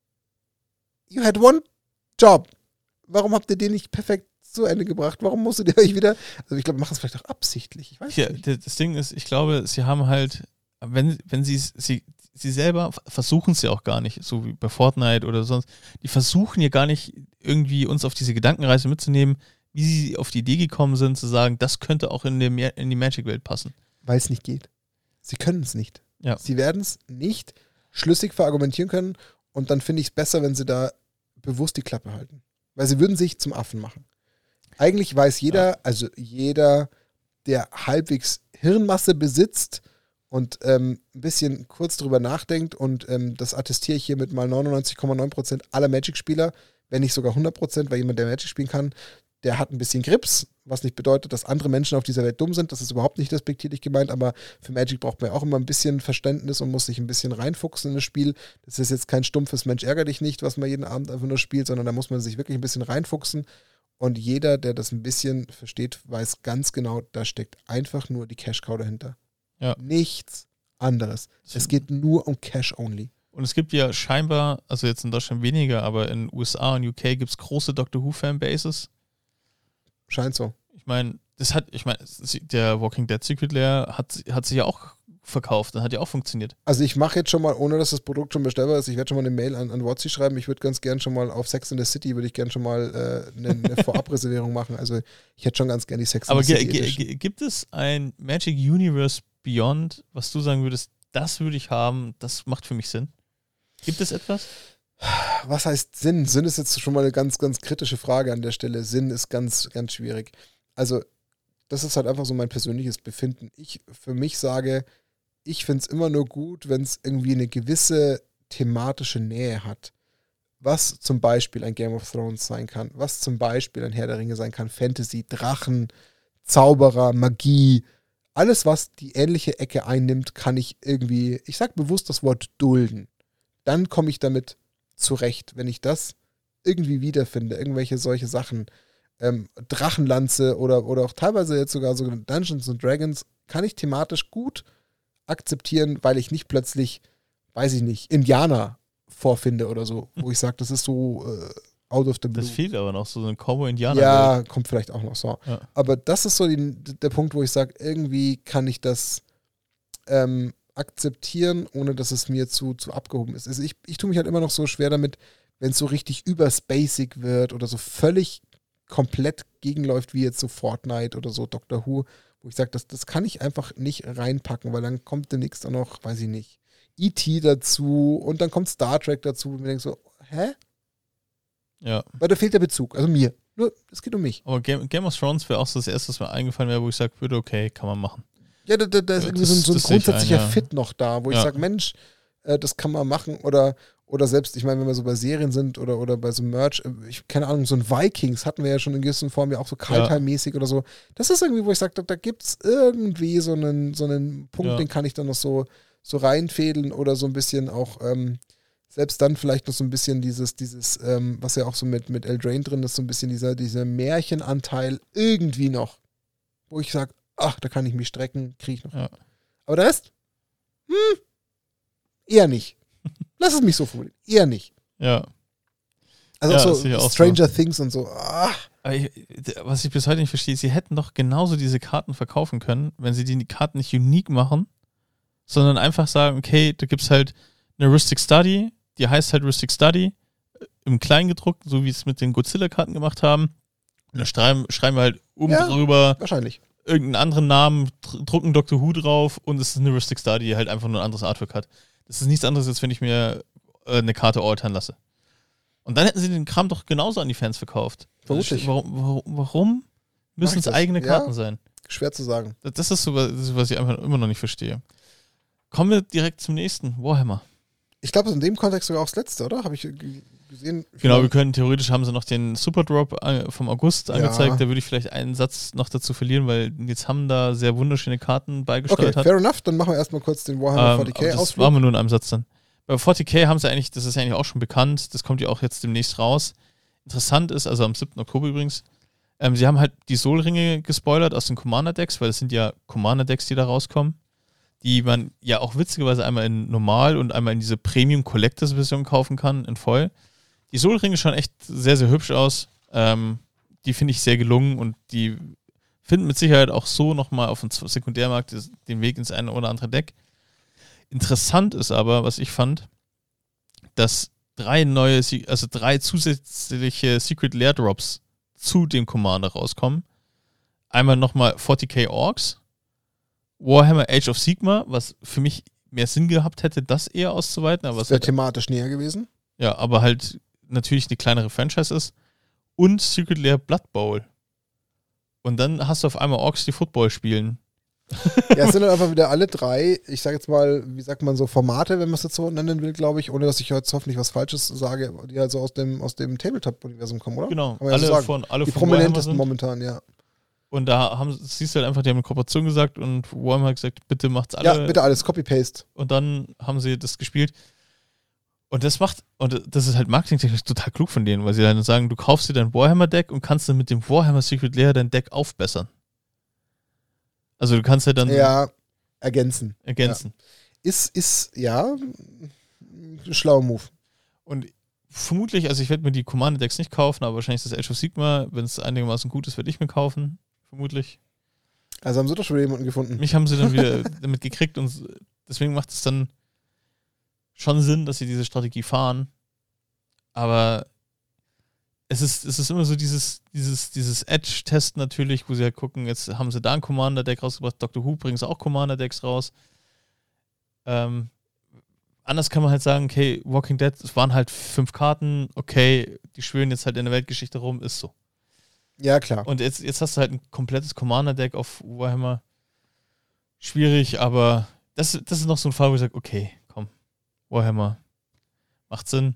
S1: you had one job. Warum habt ihr den nicht perfekt zu Ende gebracht? Warum musstet ihr euch wieder. Also ich glaube, wir machen es vielleicht auch absichtlich. Ich weiß nicht.
S2: Das Ding ist, ich glaube, sie haben halt, wenn sie selber versuchen es ja auch gar nicht, so wie bei Fortnite oder sonst, die versuchen ja gar nicht irgendwie uns auf diese Gedankenreise mitzunehmen, wie sie auf die Idee gekommen sind, zu sagen, das könnte auch in die Magic-Welt passen.
S1: Weil es nicht geht. Sie können es nicht.
S2: Ja.
S1: Sie werden es nicht schlüssig verargumentieren können und dann finde ich es besser, wenn sie da bewusst die Klappe halten. Weil sie würden sich zum Affen machen. Eigentlich weiß jeder, also jeder, der halbwegs Hirnmasse besitzt und ein bisschen kurz drüber nachdenkt und das attestiere ich hiermit mal 99,9% aller Magic-Spieler, wenn nicht sogar 100%, weil jemand, der Magic spielen kann, der hat ein bisschen Grips, was nicht bedeutet, dass andere Menschen auf dieser Welt dumm sind. Das ist überhaupt nicht respektierlich gemeint, aber für Magic braucht man ja auch immer ein bisschen Verständnis und muss sich ein bisschen reinfuchsen in das Spiel. Das ist jetzt kein stumpfes Mensch ärger dich nicht, was man jeden Abend einfach nur spielt, sondern da muss man sich wirklich ein bisschen reinfuchsen. Und jeder, der das ein bisschen versteht, weiß ganz genau, da steckt einfach nur die Cash-Cow dahinter.
S2: Ja.
S1: Nichts anderes. Es geht nur um Cash-only.
S2: Und es gibt ja scheinbar, also jetzt in Deutschland weniger, aber in USA und UK gibt es große Doctor Who-Fanbases.
S1: Scheint so.
S2: Ich meine, der Walking Dead Secret Lair hat sich ja auch verkauft, das hat ja auch funktioniert.
S1: Also ich mache jetzt schon mal, ohne dass das Produkt schon bestellbar ist, ich werde schon mal eine Mail an WhatsApp schreiben, ich würde ganz gern schon mal auf Sex in the City, würde ich gern schon mal eine Vorabreservierung machen, also ich hätte schon ganz gern die Sex in the City Edition.
S2: Gibt es ein Magic Universe Beyond, was du sagen würdest, das würde ich haben, das macht für mich Sinn? Gibt es etwas?
S1: Was heißt Sinn? Sinn ist jetzt schon mal eine ganz, ganz kritische Frage an der Stelle. Sinn ist ganz, ganz schwierig. Also, das ist halt einfach so mein persönliches Befinden. Ich für mich sage, ich finde es immer nur gut, wenn es irgendwie eine gewisse thematische Nähe hat. Was zum Beispiel ein Game of Thrones sein kann, was zum Beispiel ein Herr der Ringe sein kann, Fantasy, Drachen, Zauberer, Magie, alles, was die ähnliche Ecke einnimmt, kann ich irgendwie, ich sage bewusst das Wort dulden. Dann komme ich damit zurecht, wenn ich das irgendwie wiederfinde, irgendwelche solche Sachen, Drachenlanze oder auch teilweise jetzt sogar so Dungeons and Dragons, kann ich thematisch gut akzeptieren, weil ich nicht plötzlich, weiß ich nicht, Indianer vorfinde oder so, wo ich sage, das ist so out of the blue.
S2: Das fehlt aber noch, so ein Cowboy-Indianer.
S1: Ja, kommt vielleicht auch noch so.
S2: Ja.
S1: Aber das ist so der Punkt, wo ich sage, irgendwie kann ich das akzeptieren, ohne dass es mir zu abgehoben ist. Also ich tue mich halt immer noch so schwer damit, wenn es so richtig überspacig wird oder so völlig komplett gegenläuft, wie jetzt so Fortnite oder so Doctor Who, Wo ich sage, das kann ich einfach nicht reinpacken, weil dann kommt demnächst auch noch, weiß ich nicht, E.T. dazu und dann kommt Star Trek dazu. Und wir denken so, hä?
S2: Ja.
S1: Weil da fehlt der Bezug, also mir. Nur, es geht um mich.
S2: Aber Game of Thrones wäre auch so das Erste, was mir eingefallen wäre, wo ich sagen würde, okay, kann man machen.
S1: Ja, da ist irgendwie so ein grundsätzlicher Fit noch da, wo ich sage, Mensch, das kann man machen. Oder selbst, ich meine, wenn wir so bei Serien sind oder bei so Merch, keine Ahnung, so ein Vikings hatten wir ja schon in gewissen Form ja auch so Kaltheim-mäßig oder so. Das ist irgendwie, wo ich sage, da gibt es irgendwie so einen Punkt, den kann ich dann noch so reinfädeln oder so ein bisschen auch selbst dann vielleicht noch so ein bisschen dieses was ja auch so mit Eldraine drin ist, so ein bisschen dieser Märchenanteil irgendwie noch, wo ich sage, ach, da kann ich mich strecken, kriege ich noch.
S2: Ja.
S1: Aber der Rest? Eher nicht. Lass es mich so formulieren. Eher nicht.
S2: Ja.
S1: Also auch so Stranger Things und so.
S2: Was ich bis heute nicht verstehe, sie hätten doch genauso diese Karten verkaufen können, wenn sie die Karten nicht unique machen, sondern einfach sagen, okay, da gibt es halt eine Rustic Study, die heißt halt Rustic Study, im Kleingedruckt, so wie es mit den Godzilla-Karten gemacht haben. Und da schreiben wir halt drüber
S1: wahrscheinlich
S2: irgendeinen anderen Namen, drucken Doctor Who drauf und es ist eine Rustic Study, die halt einfach nur ein anderes Artwork hat. Das ist nichts anderes, als wenn ich mir eine Karte altern lasse. Und dann hätten sie den Kram doch genauso an die Fans verkauft.
S1: Vermutlich.
S2: Warum müssen es eigene Karten sein?
S1: Schwer zu sagen.
S2: Das ist so, was ich einfach immer noch nicht verstehe. Kommen wir direkt zum nächsten, Warhammer.
S1: Ich glaube, in dem Kontext sogar auch das letzte, oder? Habe ich gesehen.
S2: Genau, theoretisch haben sie noch den Superdrop vom August angezeigt. Da würde ich vielleicht einen Satz noch dazu verlieren, weil jetzt haben da sehr wunderschöne Karten beigesteuert.
S1: Okay, fair enough. Dann machen wir erstmal kurz den Warhammer 40k aus.
S2: Das waren wir nur in einem Satz dann. Bei 40k haben sie eigentlich, das ist ja eigentlich auch schon bekannt, das kommt ja auch jetzt demnächst raus. Interessant ist, also am 7. Oktober übrigens, sie haben halt die Soul-Ringe gespoilert aus den Commander-Decks, weil das sind ja Commander-Decks, die da rauskommen, die man ja auch witzigerweise einmal in Normal und einmal in diese Premium-Collectors-Version kaufen kann, in Voll. Die Soul-Ringe schauen echt sehr, sehr hübsch aus. Die finde ich sehr gelungen und die finden mit Sicherheit auch so nochmal auf dem Sekundärmarkt den Weg ins eine oder andere Deck. Interessant ist aber, was ich fand, dass 3 zusätzliche Secret Lair Drops zu dem Commander rauskommen. Einmal nochmal 40k Orks, Warhammer Age of Sigmar, was für mich mehr Sinn gehabt hätte, das eher auszuweiten. Aber
S1: das wäre thematisch näher gewesen.
S2: Ja, aber halt natürlich eine kleinere Franchise ist. Und Secret Lair Blood Bowl. Und dann hast du auf einmal Orks, die Football spielen.
S1: Ja, es sind dann einfach wieder alle 3, ich sage jetzt mal, wie sagt man so, Formate, wenn man es jetzt so nennen will, glaube ich, ohne dass ich jetzt hoffentlich was Falsches sage, die halt so aus dem Tabletop-Universum kommen, oder?
S2: Genau,
S1: alle
S2: so
S1: von
S2: die
S1: prominentesten momentan, ja.
S2: Und da siehst du halt einfach, die haben eine Kooperation gesagt und Warhammer hat gesagt, bitte macht's alle.
S1: Ja, bitte alles, Copy-Paste.
S2: Und dann haben sie das gespielt. Und das ist halt marketingtechnisch total klug von denen, weil sie dann sagen, du kaufst dir dein Warhammer-Deck und kannst dann mit dem Warhammer Secret Lair dein Deck aufbessern. Also du kannst ja dann...
S1: Ja, ergänzen.
S2: Ja.
S1: Ist ein schlauer Move.
S2: Und vermutlich, also ich werde mir die Commander-Decks nicht kaufen, aber wahrscheinlich das Age of Sigmar, wenn es einigermaßen gut ist, werde ich mir kaufen. Vermutlich.
S1: Also haben sie doch schon jemanden gefunden.
S2: Mich haben sie dann wieder damit gekriegt und deswegen macht es dann schon Sinn, dass sie diese Strategie fahren. Aber es ist immer so dieses Edge-Test natürlich, wo sie halt gucken, jetzt haben sie da ein Commander-Deck rausgebracht, Doctor Who bringen sie auch Commander-Decks raus. Anders kann man halt sagen, okay, Walking Dead, es waren halt 5 Karten, okay, die schwören jetzt halt in der Weltgeschichte rum, ist so.
S1: Ja, klar.
S2: Und jetzt hast du halt ein komplettes Commander-Deck auf Warhammer. Schwierig, aber das ist noch so ein Fall, wo ich sage, okay, komm, Warhammer, macht Sinn.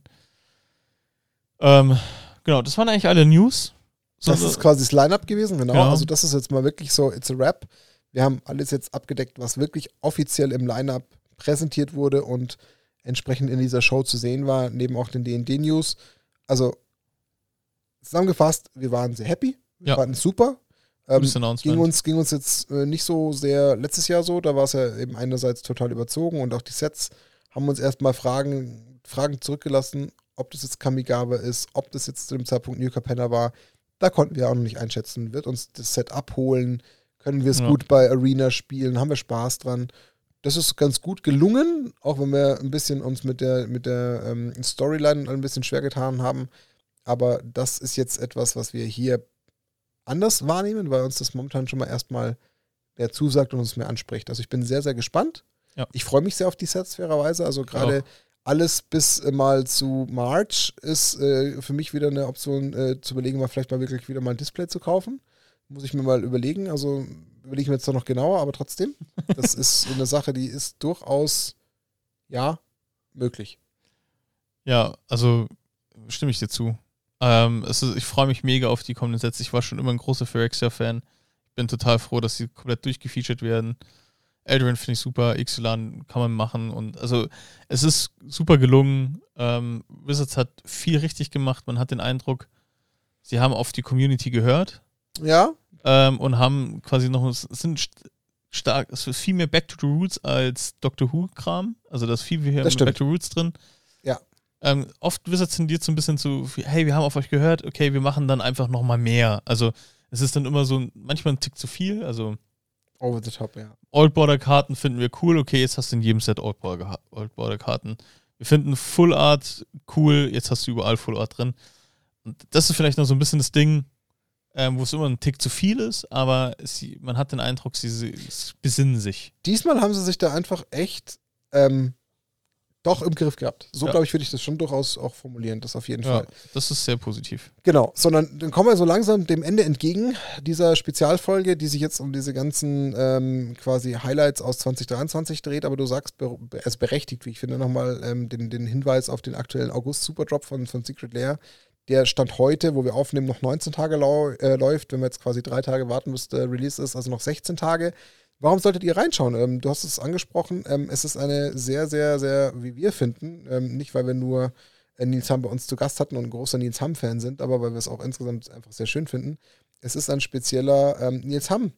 S2: Genau, das waren eigentlich alle News.
S1: Das ist quasi das Line-Up gewesen, genau. Also das ist jetzt mal wirklich so, it's a wrap. Wir haben alles jetzt abgedeckt, was wirklich offiziell im Line-Up präsentiert wurde und entsprechend in dieser Show zu sehen war, neben auch den D&D-News. Also zusammengefasst, wir waren sehr happy, wir fanden es super. Ging uns jetzt nicht so sehr letztes Jahr so, da war es ja eben einerseits total überzogen und auch die Sets haben uns erstmal Fragen zurückgelassen, ob das jetzt Kamigawa ist, ob das jetzt zu dem Zeitpunkt New Capenna war. Da konnten wir auch noch nicht einschätzen. Wird uns das Set abholen? Können wir es gut bei Arena spielen? Haben wir Spaß dran? Das ist ganz gut gelungen, auch wenn wir ein bisschen uns mit der Storyline ein bisschen schwer getan haben. Aber das ist jetzt etwas, was wir hier anders wahrnehmen, weil uns das momentan schon mal erstmal mehr zusagt und uns mehr anspricht. Also ich bin sehr, sehr gespannt.
S2: Ja.
S1: Ich freue mich sehr auf die Sets, fairerweise. Also gerade alles bis mal zu March ist für mich wieder eine Option zu überlegen, mal vielleicht mal wirklich wieder mal ein Display zu kaufen. Muss ich mir mal überlegen. Also überlege ich mir jetzt noch genauer, aber trotzdem. Das ist eine Sache, die ist durchaus, möglich.
S2: Ja, also stimme ich dir zu. Ich freue mich mega auf die kommenden Sets. Ich war schon immer ein großer Phyrexia-Fan. Ich bin total froh, dass sie komplett durchgefeatured werden. Eldraine finde ich super, Ixalan kann man machen. Und also es ist super gelungen. Wizards hat viel richtig gemacht. Man hat den Eindruck, sie haben auf die Community gehört.
S1: Ja.
S2: Und haben quasi es ist viel mehr Back to the Roots als Doctor Who-Kram. Also da ist viel mehr Back to the Roots drin.
S1: Ja.
S2: Oft Wizards tendiert so ein bisschen zu, hey, wir haben auf euch gehört, okay, wir machen dann einfach nochmal mehr. Also es ist dann immer so manchmal ein Tick zu viel. Also
S1: over the top, ja.
S2: Old Border Karten finden wir cool, okay, jetzt hast du in jedem Set Old Border Karten. Wir finden Full Art cool, jetzt hast du überall Full Art drin. Und das ist vielleicht noch so ein bisschen das Ding, wo es immer ein Tick zu viel ist, aber man hat den Eindruck, sie besinnen sich.
S1: Diesmal haben sie sich da einfach echt doch im Griff gehabt. So, glaube ich, würde ich das schon durchaus auch formulieren, das auf jeden Fall.
S2: Das ist sehr positiv.
S1: Genau, sondern dann kommen wir so langsam dem Ende entgegen dieser Spezialfolge, die sich jetzt um diese ganzen quasi Highlights aus 2023 dreht, aber du sagst, es berechtigt, wie ich finde, nochmal den Hinweis auf den aktuellen August-Superdrop von Secret Lair. Der Stand heute, wo wir aufnehmen, noch 19 Tage läuft, wenn wir jetzt quasi 3 Tage warten, bis der Release ist, also noch 16 Tage. Warum solltet ihr reinschauen? Du hast es angesprochen, es ist eine sehr, sehr, sehr, wie wir finden, nicht weil wir nur Nils Hamm bei uns zu Gast hatten und ein großer Nils Hamm-Fan sind, aber weil wir es auch insgesamt einfach sehr schön finden. Es ist ein spezieller Nils Hamm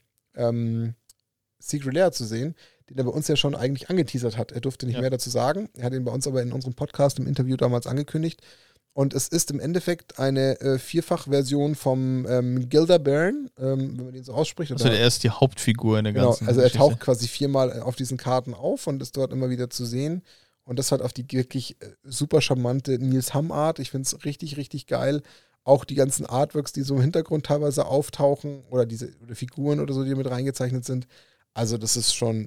S1: Secret Lair zu sehen, den er bei uns ja schon eigentlich angeteasert hat. Er durfte nicht mehr dazu sagen. Er hat ihn bei uns aber in unserem Podcast im Interview damals angekündigt. Und es ist im Endeffekt eine Vierfach-Version vom Gilda-Baron, wenn man den so ausspricht.
S2: Also er ist die Hauptfigur in der ganzen
S1: also er taucht quasi 4-mal auf diesen Karten auf und ist dort immer wieder zu sehen. Und das halt auf die wirklich super charmante Nils Hamm-Art. Ich finde es richtig, richtig geil. Auch die ganzen Artworks, die so im Hintergrund teilweise auftauchen oder oder Figuren oder so, die mit reingezeichnet sind. Also das ist schon,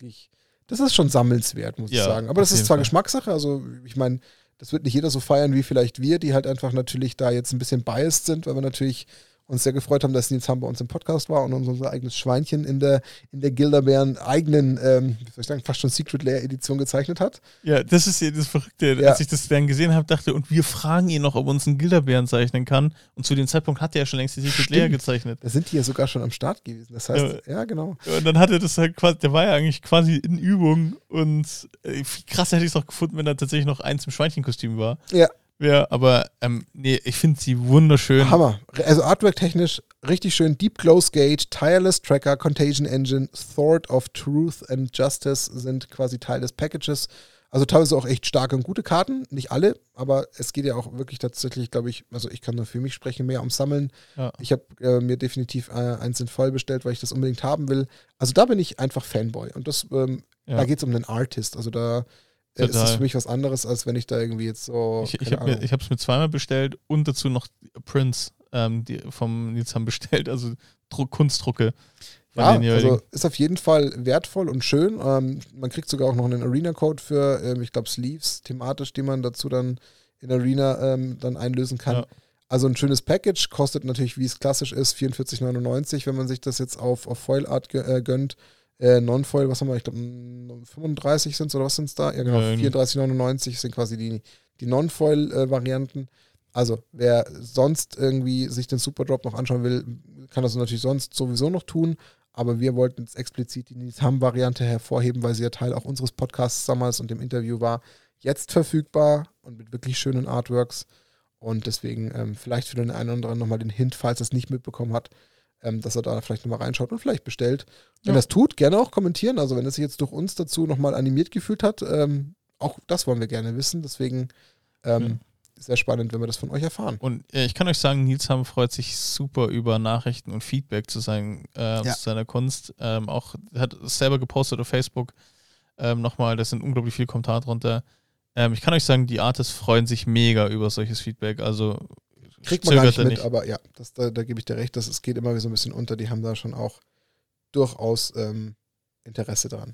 S1: das ist schon sammelnswert, muss ich sagen. Aber das ist zwar Geschmackssache, also ich meine, das wird nicht jeder so feiern wie vielleicht wir, die halt einfach natürlich da jetzt ein bisschen biased sind, weil wir natürlich uns sehr gefreut haben, dass Nils Hamm bei uns im Podcast war und uns unser eigenes Schweinchen in der Gilda-Bären eigenen, wie soll ich sagen, fast schon Secret Lair-Edition gezeichnet hat.
S2: Ja, das ist ja das Verrückte. Ja. Als ich das dann gesehen habe, dachte, und wir fragen ihn noch, ob er uns einen Gilda-Bären zeichnen kann. Und zu dem Zeitpunkt hat er ja schon längst die Secret Lair gezeichnet.
S1: Da sind die ja sogar schon am Start gewesen. Das heißt, ja genau.
S2: Und dann hat er das halt quasi, der war ja eigentlich quasi in Übung und viel krasser hätte ich es auch gefunden, wenn da tatsächlich noch eins im Schweinchenkostüm war.
S1: Ja.
S2: Ja, aber ich finde sie wunderschön.
S1: Hammer. Also Artwork-technisch richtig schön. Deep Close Gate, Tireless Tracker, Contagion Engine, Sword of Truth and Justice sind quasi Teil des Packages. Also teilweise auch echt starke und gute Karten. Nicht alle, aber es geht ja auch wirklich tatsächlich, glaube ich, also ich kann nur für mich sprechen, mehr ums Sammeln. Ja. Ich habe mir definitiv eins in voll bestellt, weil ich das unbedingt haben will. Also da bin ich einfach Fanboy. Und das, da geht es um den Artist. Also da ist das für mich was anderes, als wenn ich da irgendwie jetzt so.
S2: Ich habe es mir zweimal bestellt und dazu noch Prints vom Nils Hamm bestellt, also Kunstdrucke.
S1: Ja, also ist auf jeden Fall wertvoll und schön. Man kriegt sogar auch noch einen Arena-Code für, ich glaube, Sleeves thematisch, die man dazu dann in Arena dann einlösen kann. Ja. Also ein schönes Package, kostet natürlich, wie es klassisch ist, 44,99, wenn man sich das jetzt auf Foil Art gönnt. Non-Foil, was haben wir? Ich glaube, 35 sind es oder was sind es da? Ja, genau, 34,99 sind quasi die Non-Foil-Varianten. Also, wer sonst irgendwie sich den Superdrop noch anschauen will, kann das natürlich sonst sowieso noch tun. Aber wir wollten jetzt explizit die Nils Hamm-Variante hervorheben, weil sie ja Teil auch unseres Podcasts damals und dem Interview war. Jetzt verfügbar und mit wirklich schönen Artworks. Und deswegen vielleicht für den einen oder anderen nochmal den Hint, falls er es nicht mitbekommen hat, dass er da vielleicht nochmal reinschaut und vielleicht bestellt. Wenn das tut, gerne auch kommentieren. Also wenn es sich jetzt durch uns dazu nochmal animiert gefühlt hat, auch das wollen wir gerne wissen. Deswegen sehr spannend, wenn wir das von euch erfahren.
S2: Und ich kann euch sagen, Nils Hamm freut sich super über Nachrichten und Feedback zu seiner Kunst. Auch hat es selber gepostet auf Facebook. Nochmal, da sind unglaublich viele Kommentare drunter. Ich kann euch sagen, die Artists freuen sich mega über solches Feedback. Also
S1: kriegt man gar nicht mit, aber ja, da gebe ich dir recht, es geht immer so ein bisschen unter. Die haben da schon auch durchaus Interesse daran.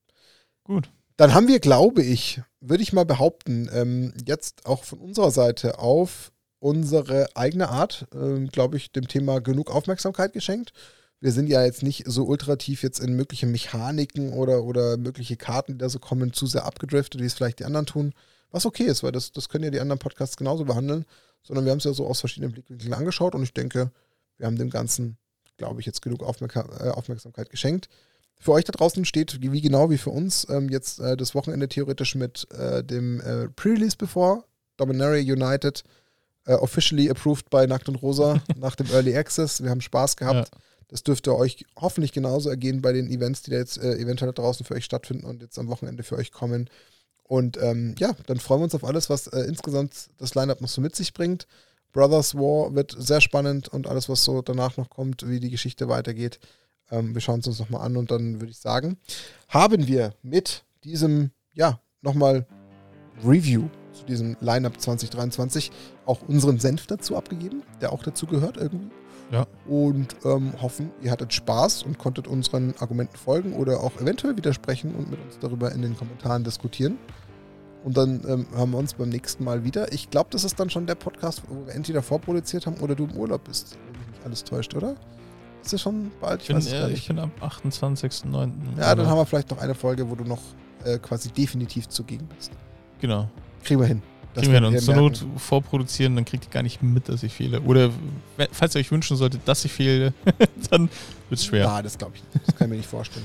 S2: Gut.
S1: Dann haben wir, glaube ich, würde ich mal behaupten, jetzt auch von unserer Seite auf unsere eigene Art, glaube ich, dem Thema genug Aufmerksamkeit geschenkt. Wir sind ja jetzt nicht so ultrativ jetzt in mögliche Mechaniken oder mögliche Karten, die da so kommen, zu sehr abgedriftet, wie es vielleicht die anderen tun. Was okay ist, weil das können ja die anderen Podcasts genauso behandeln, sondern wir haben es ja so aus verschiedenen Blickwinkeln angeschaut und ich denke, wir haben dem Ganzen, glaube ich, jetzt genug Aufmerksamkeit geschenkt. Für euch da draußen steht, wie genau wie für uns, jetzt das Wochenende theoretisch mit dem Pre-Release bevor. Dominaria United, officially approved by Nackt und Rosa nach dem Early Access. Wir haben Spaß gehabt. Ja. Das dürfte euch hoffentlich genauso ergehen bei den Events, die da jetzt eventuell da draußen für euch stattfinden und jetzt am Wochenende für euch kommen. Und ja, dann freuen wir uns auf alles, was insgesamt das Line-Up noch so mit sich bringt. Brothers War wird sehr spannend und alles, was so danach noch kommt, wie die Geschichte weitergeht. Wir schauen es uns nochmal an und dann würde ich sagen, haben wir mit diesem, ja, nochmal Review zu diesem Line-Up 2023 auch unseren Senf dazu abgegeben, der auch dazu gehört irgendwie.
S2: Ja.
S1: Und hoffen, ihr hattet Spaß und konntet unseren Argumenten folgen oder auch eventuell widersprechen und mit uns darüber in den Kommentaren diskutieren. Und dann hören wir uns beim nächsten Mal wieder. Ich glaube, das ist dann schon der Podcast, wo wir entweder vorproduziert haben oder du im Urlaub bist, wenn mich nicht alles täuscht, oder? Ist das schon bald?
S2: Ich bin am 28.09.
S1: Ja, dann haben wir vielleicht noch eine Folge, wo du noch quasi definitiv zugegen bist.
S2: Genau.
S1: Kriegen wir hin.
S2: Kriegen wir hin. Und zur Not vorproduzieren, dann kriegt ihr gar nicht mit, dass ich fehle. Oder falls ihr euch wünschen solltet, dass ich fehle, dann wird es schwer.
S1: Ja, das glaube ich nicht. Das kann ich mir nicht vorstellen.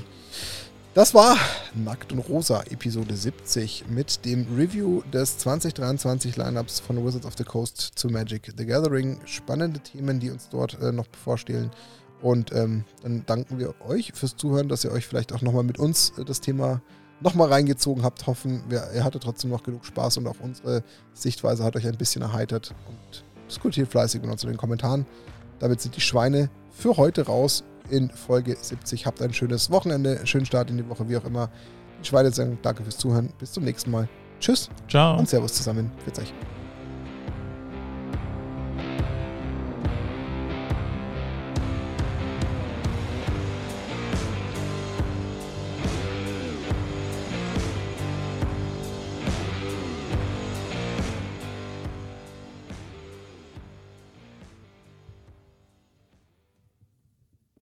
S1: Das war Nackt und Rosa, Episode 70 mit dem Review des 2023 Lineups von Wizards of the Coast zu Magic the Gathering. Spannende Themen, die uns dort noch bevorstehen. Und dann danken wir euch fürs Zuhören, dass ihr euch vielleicht auch nochmal mit uns das Thema nochmal reingezogen habt. Hoffen, ihr hattet trotzdem noch genug Spaß und auch unsere Sichtweise hat euch ein bisschen erheitert. Und diskutiert fleißig mit uns in den Kommentaren. Damit sind die Schweine für heute raus in Folge 70. Habt ein schönes Wochenende, einen schönen Start in die Woche, wie auch immer. Die Schweine sagen danke fürs Zuhören. Bis zum nächsten Mal. Tschüss.
S2: Ciao.
S1: Und Servus zusammen. Pfiat euch.